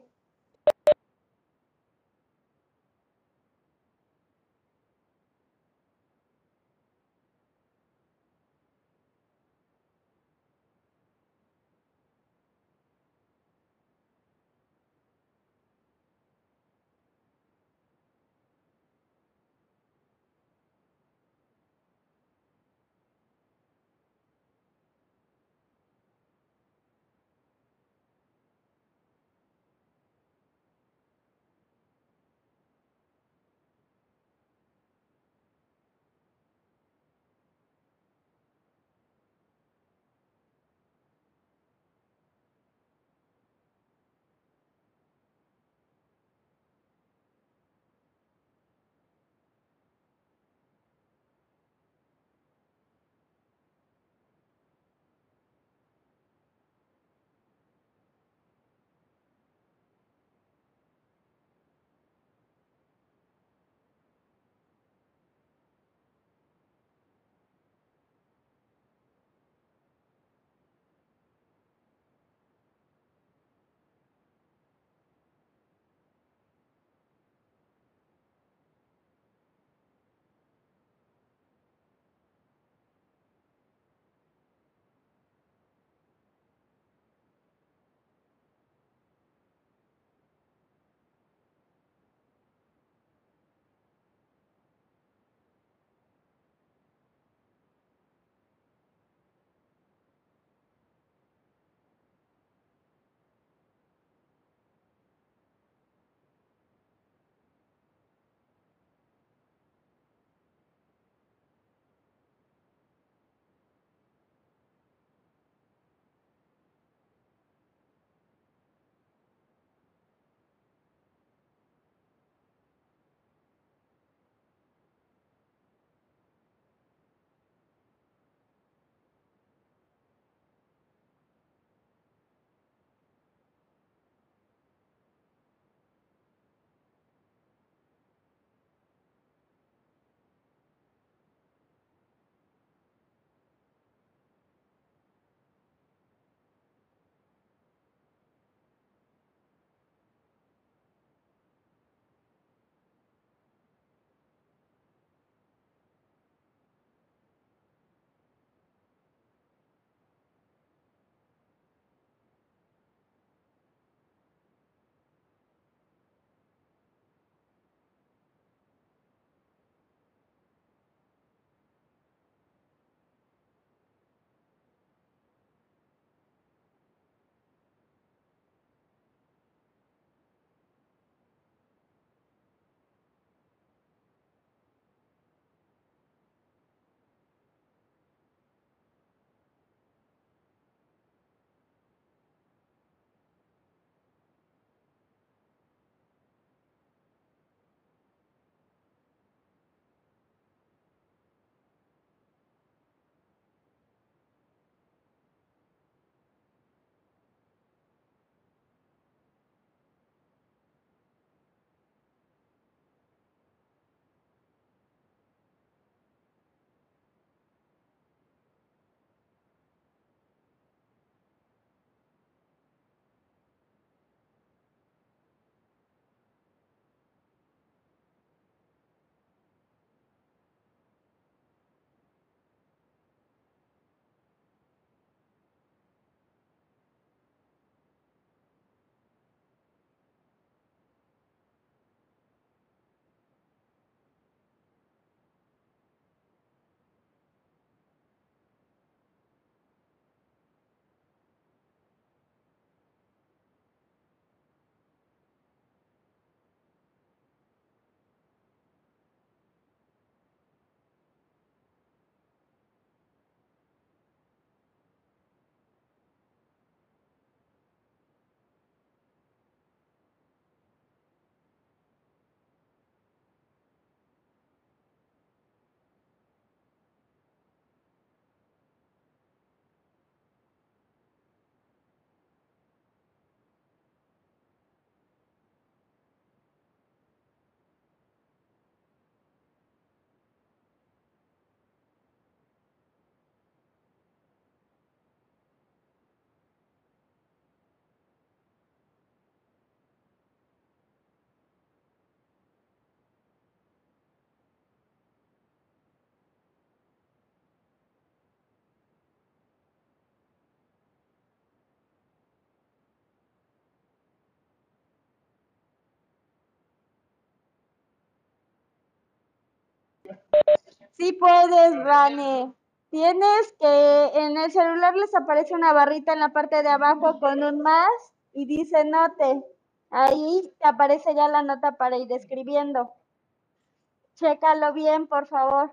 Sí puedes, Vane. Tienes que, en el celular les aparece una barrita en la parte de abajo con un más y dice note. Ahí te aparece ya la nota para ir escribiendo. Chécalo bien, por favor.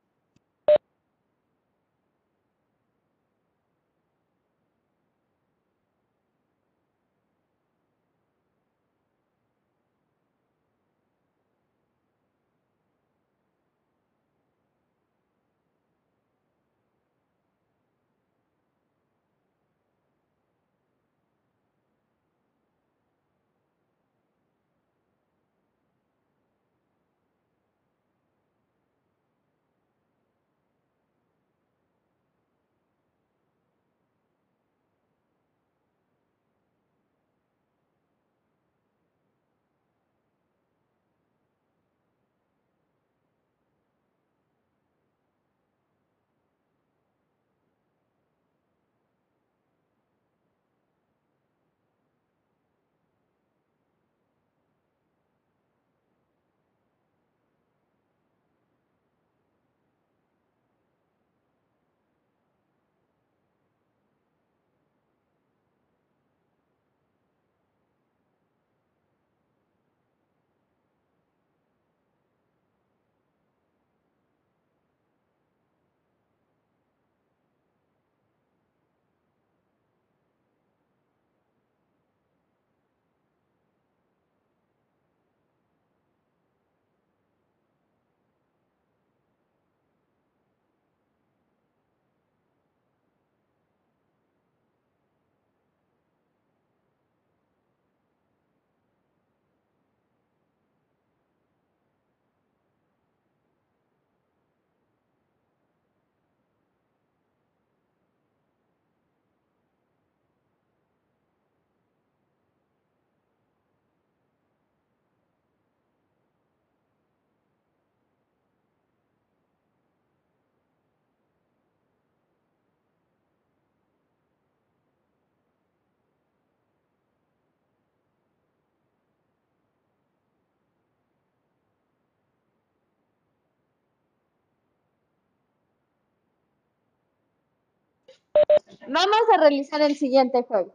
Vamos a realizar el siguiente juego.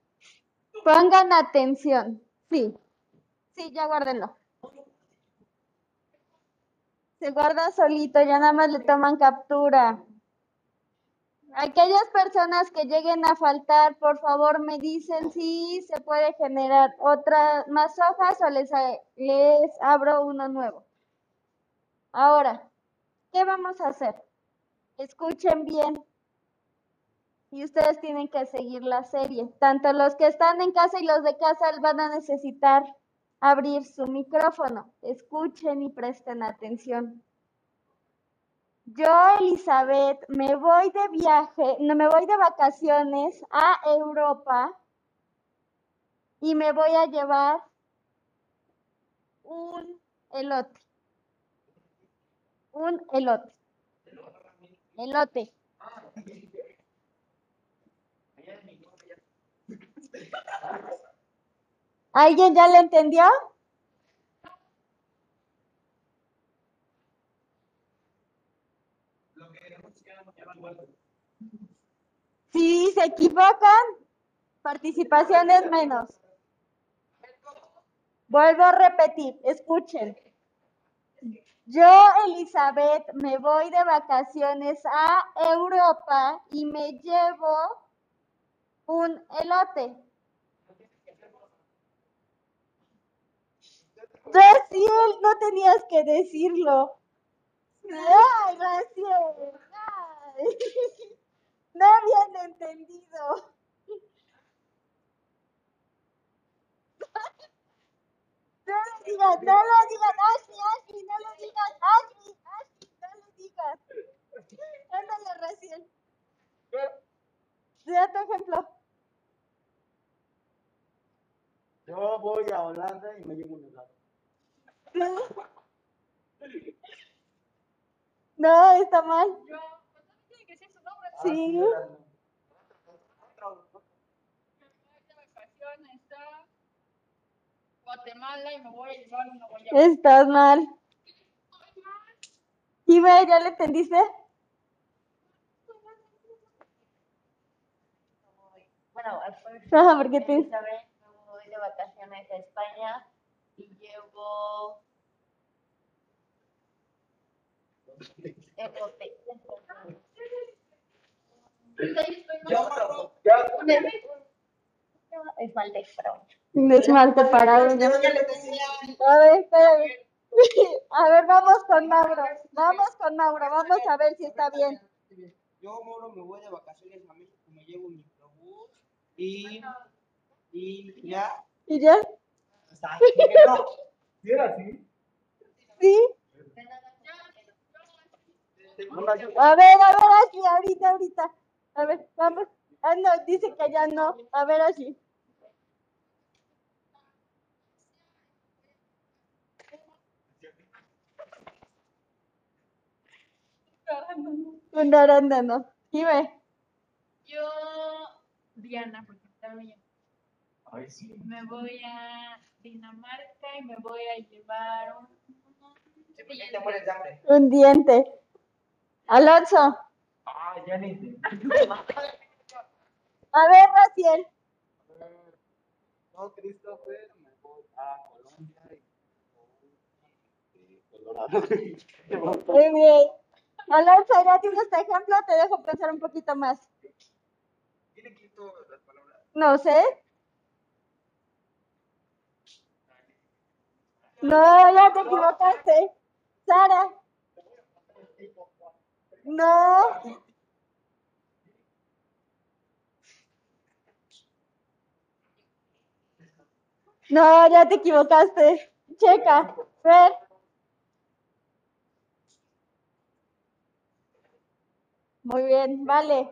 Pongan atención. Sí, sí, ya guárdenlo. Se guarda solito, ya nada más le toman captura. Aquellas personas que lleguen a faltar, por favor me dicen si se puede generar otra más hojas o les abro uno nuevo. Ahora, ¿qué vamos a hacer? Escuchen bien y ustedes tienen que seguir la serie. Tanto los que están en casa y los de casa van a necesitar abrir su micrófono. Escuchen y presten atención. Yo, Elizabeth, me voy de viaje, no me voy de vacaciones a Europa y me voy a llevar un elote. Un elote. Elote. ¿Alguien ya lo entendió? Si se equivocan, participación es menos. Vuelvo a repetir, escuchen. Yo, Elizabeth, me voy de vacaciones a Europa y me llevo un elote. Raciel, no tenías que decirlo. Ay, Raciel. Ay. No habían entendido. No lo digas, no lo digas. Ashley, no lo digas. Ashley, no lo digas. Ándale, Raciel. Da tu ejemplo. Yo voy a Holanda y me llevo un helado. No, está mal. Tiene que ser su nombre. Sí. Vacaciones a Guatemala y me voy a llevar una guayaba. Estás mal. Jime, ¿ya le entendiste? Bueno, pues, Ajá, porque te... Elizabeth, me voy de vacaciones a España y llevo epote. Esmalte para uñas. Un esmalte para uñas. A ver, espérame. A ver, vamos con Mauro. Vamos con Mauro. Vamos a ver si está bien. Yo, Moro, me voy de vacaciones a México, me llevo mi microbús y ya. ¿Y ya? No, ¿sí era así? ¿Sí? A ver, así, ahorita. A ver, vamos. Ah, no, dice que ya no. A ver, así. Un arándano. Dime. Yo, Diana, porque está bien. Ay, sí. Me voy a Dinamarca y me voy a llevar un Sí, porque te mueres de hambre. Un diente. Alonso. Ah, ya ni te. A ver, Raciel. No, Christopher, me voy a Colombia y Colorado. Muy bien. Alonso, ¿ya tienes este ejemplo? Te dejo pensar un poquito más. ¿Quién le quito las palabras? No sé. No, ya te equivocaste. Sara. No. No, ya te equivocaste. Checa. Fer. Muy bien, vale.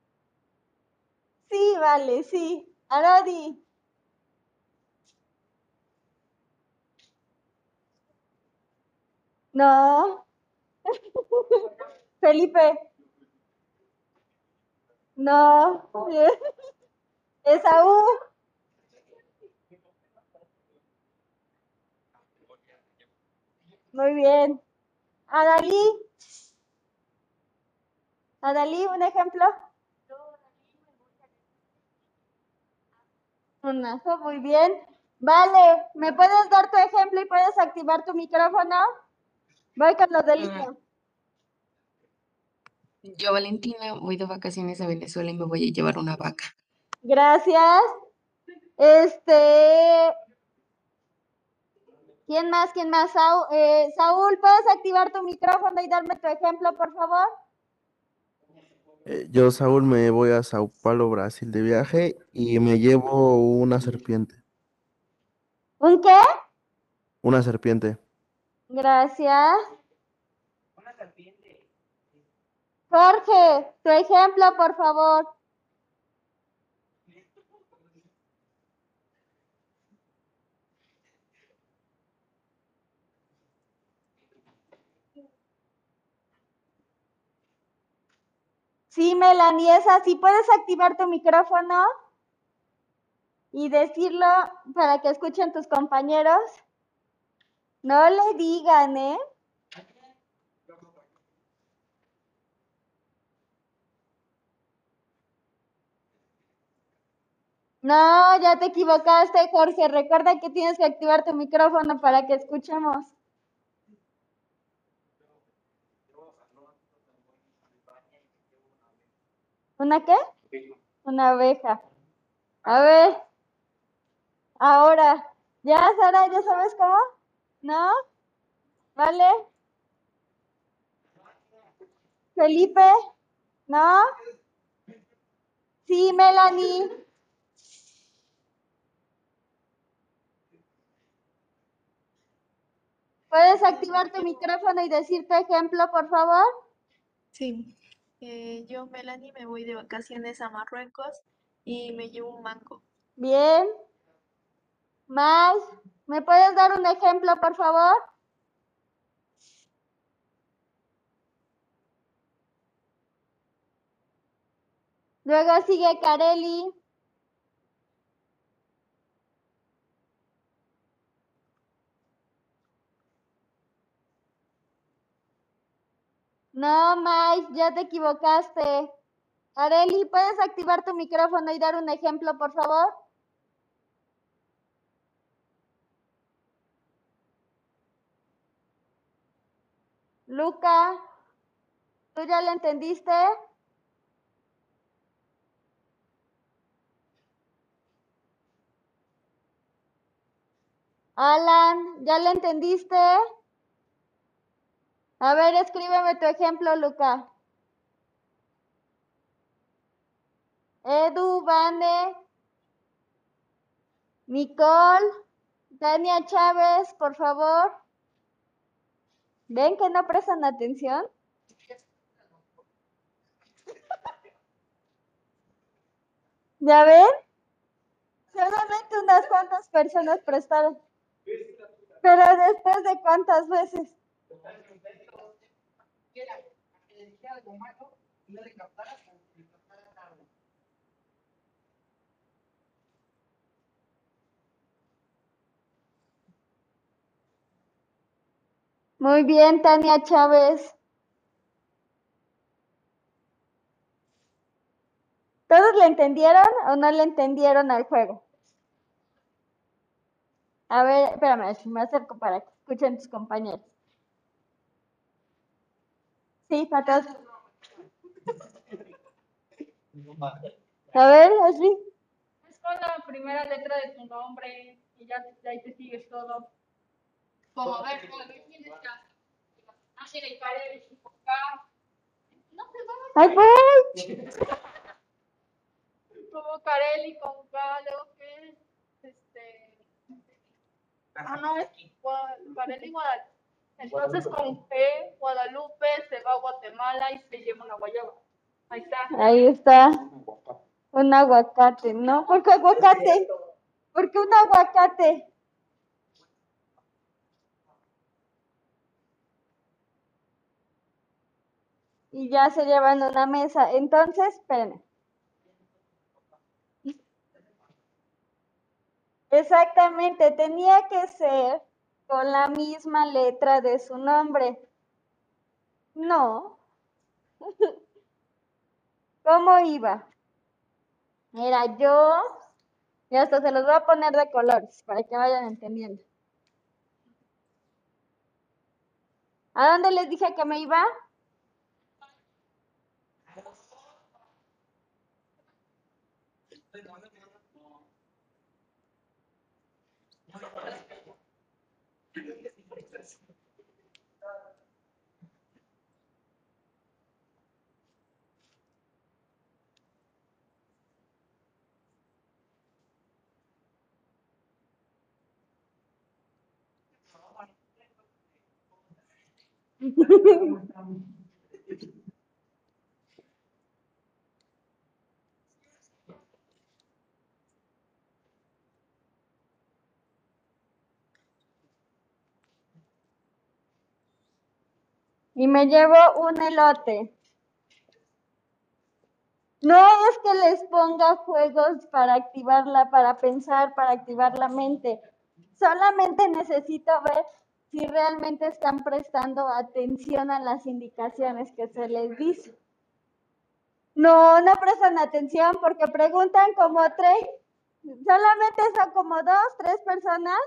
Sí, vale, sí. Arodi. No. Felipe. No. Esaú. Muy bien. Adalí. Adalí, un ejemplo. Un ajo, muy bien. Vale, ¿me puedes dar tu ejemplo y puedes activar tu micrófono? Voy con los delitos. Yo, Valentina, voy de vacaciones a Venezuela y me voy a llevar una vaca. Gracias. ¿Quién más? Saúl, ¿puedes activar tu micrófono y darme tu ejemplo, por favor? Yo, Saúl, me voy a Sao Paulo, Brasil de viaje y me llevo una serpiente. ¿Un qué? Una serpiente. Gracias. Una serpiente. Jorge, tu ejemplo, por favor. Sí, Melanie, es así. ¿Puedes activar tu micrófono y decirlo para que escuchen tus compañeros? No le digan, ¿eh? No, ya te equivocaste, Jorge. Recuerda que tienes que activar tu micrófono para que escuchemos. ¿Una qué? Una abeja. A ver, ahora. ¿Ya, Sara? ¿Ya sabes cómo? ¿No? ¿Vale? ¿Felipe? ¿No? Sí, Melanie. ¿Puedes activar tu micrófono y decir tu ejemplo, por favor? Sí, yo, Melanie, me voy de vacaciones a Marruecos y me llevo un mango. Bien. Más. ¿Me puedes dar un ejemplo, por favor? Luego sigue Kareli. No, Mike, ya te equivocaste. Areli, ¿puedes activar tu micrófono y dar un ejemplo, por favor? Luca, ¿tú ya le entendiste? Alan, ¿ya le entendiste? A ver, escríbeme tu ejemplo, Luca. Edu, Vane, Nicole, Tania Chávez, por favor. ¿Ven que no prestan atención? ¿Ya ven? Solamente unas cuantas personas prestaron. Pero después de cuántas veces. Muy bien, Tania Chávez. ¿Todos le entendieron o no le entendieron al juego? A ver, espérame, me acerco para que escuchen tus compañeros. Sí, para todos. A ver, Ashley. Es con la primera letra de tu nombre y ya de ahí te sigues todo. Como a ver quién está. Así de Karel y K. No sé, vamos. ¡Ay, voy! Como Kareli con K, luego que no, es Kareli Guadalupe. Entonces con G, Guadalupe se va a Guatemala y se lleva una guayaba. Ahí está. Ahí está. Un aguacate, ¿no? ¿Por qué aguacate? ¿Por qué un aguacate? Y ya se llevan una mesa. Entonces, espérenme. Exactamente, tenía que ser con la misma letra de su nombre. No. ¿Cómo iba? Era yo, y hasta se los voy a poner de colores para que vayan entendiendo. ¿A dónde les dije que me iba? Y me llevo un elote. No es que les ponga juegos para activarla, para pensar, para activar la mente. Solamente necesito ver si realmente están prestando atención a las indicaciones que se les dice. No, no prestan atención porque preguntan como tres, solamente son como 2, 3 personas.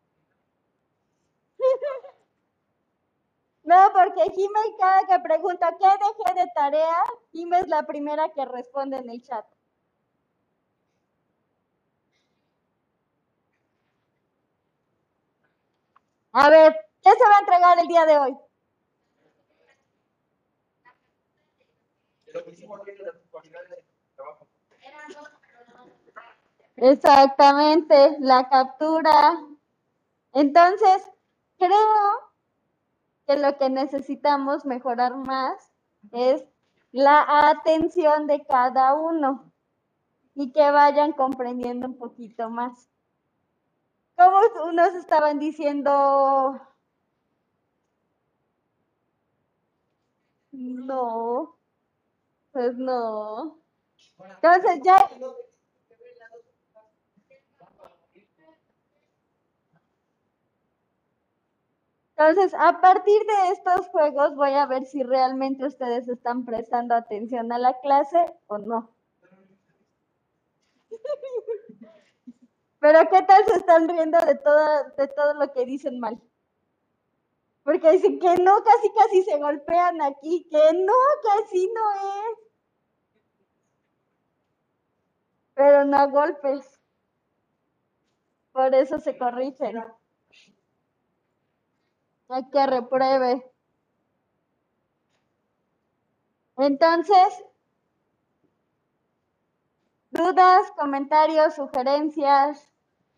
No, porque Jime cada que pregunta qué dejé de tarea, Jime es la primera que responde en el chat. A ver, ¿qué se va a entregar el día de hoy? Exactamente, la captura. Entonces, creo que lo que necesitamos mejorar más es la atención de cada uno y que vayan comprendiendo un poquito más. Como unos estaban diciendo, no, pues no. Entonces ya, Entonces, a partir de estos juegos voy a ver si realmente ustedes están prestando atención a la clase o no. Pero ¿qué tal se están riendo de todo lo que dicen mal? Porque dicen que no, casi se golpean aquí, que no, que así no es. Pero no a golpes. Por eso se corrigen. Hay que repruebe. Entonces, dudas, comentarios, sugerencias.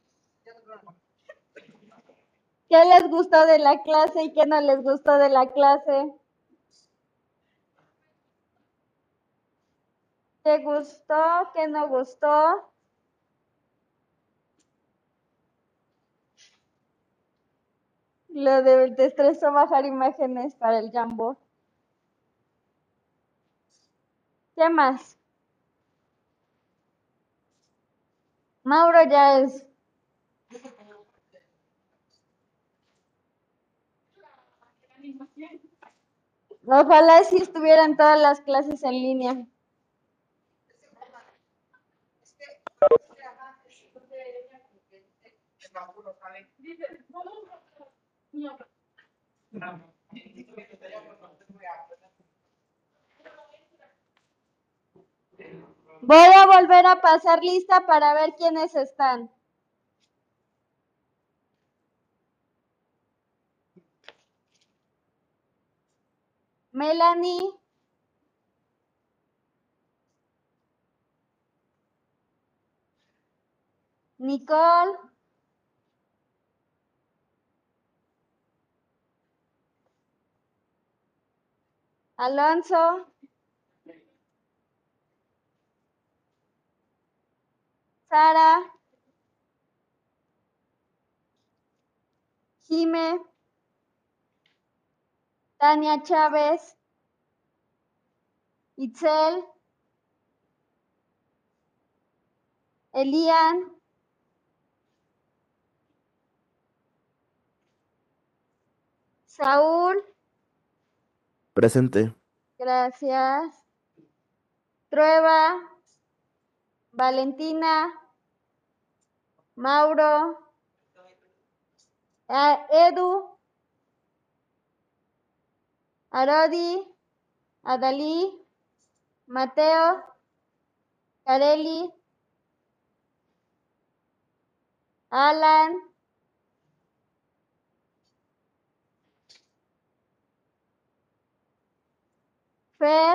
¿Qué les gustó de la clase y qué no les gustó de la clase? ¿Qué gustó? ¿Qué no gustó? Lo de te estresó bajar imágenes para el Jamboard. ¿Qué más? Mauro ya es. Ojalá si estuvieran todas las clases en línea. Voy a volver a pasar lista para ver quiénes están. Melanie. Nicole. Alonso. Sara. Jime. Tania Chávez. Itzel. Elian. Saúl. Presente. Gracias. Trueba. Valentina. Mauro. Edu. Arodi. Adalí. Mateo. Careli. Alan. Fer.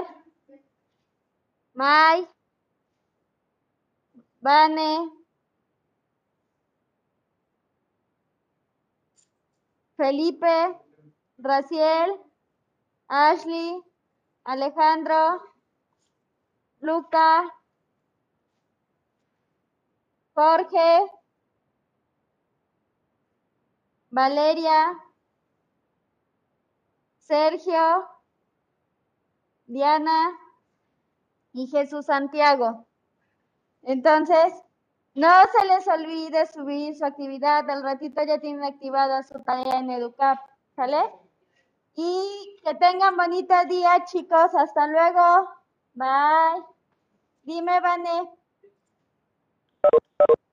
Mai. Vane. Felipe. Raciel. Ashley. Alejandro. Luca. Jorge. Valeria. Sergio. Diana y Jesús Santiago. Entonces, no se les olvide subir su actividad. Al ratito ya tienen activada su tarea en EduCap, ¿sale? Y que tengan bonito día, chicos. Hasta luego. Bye. Dime, Vane.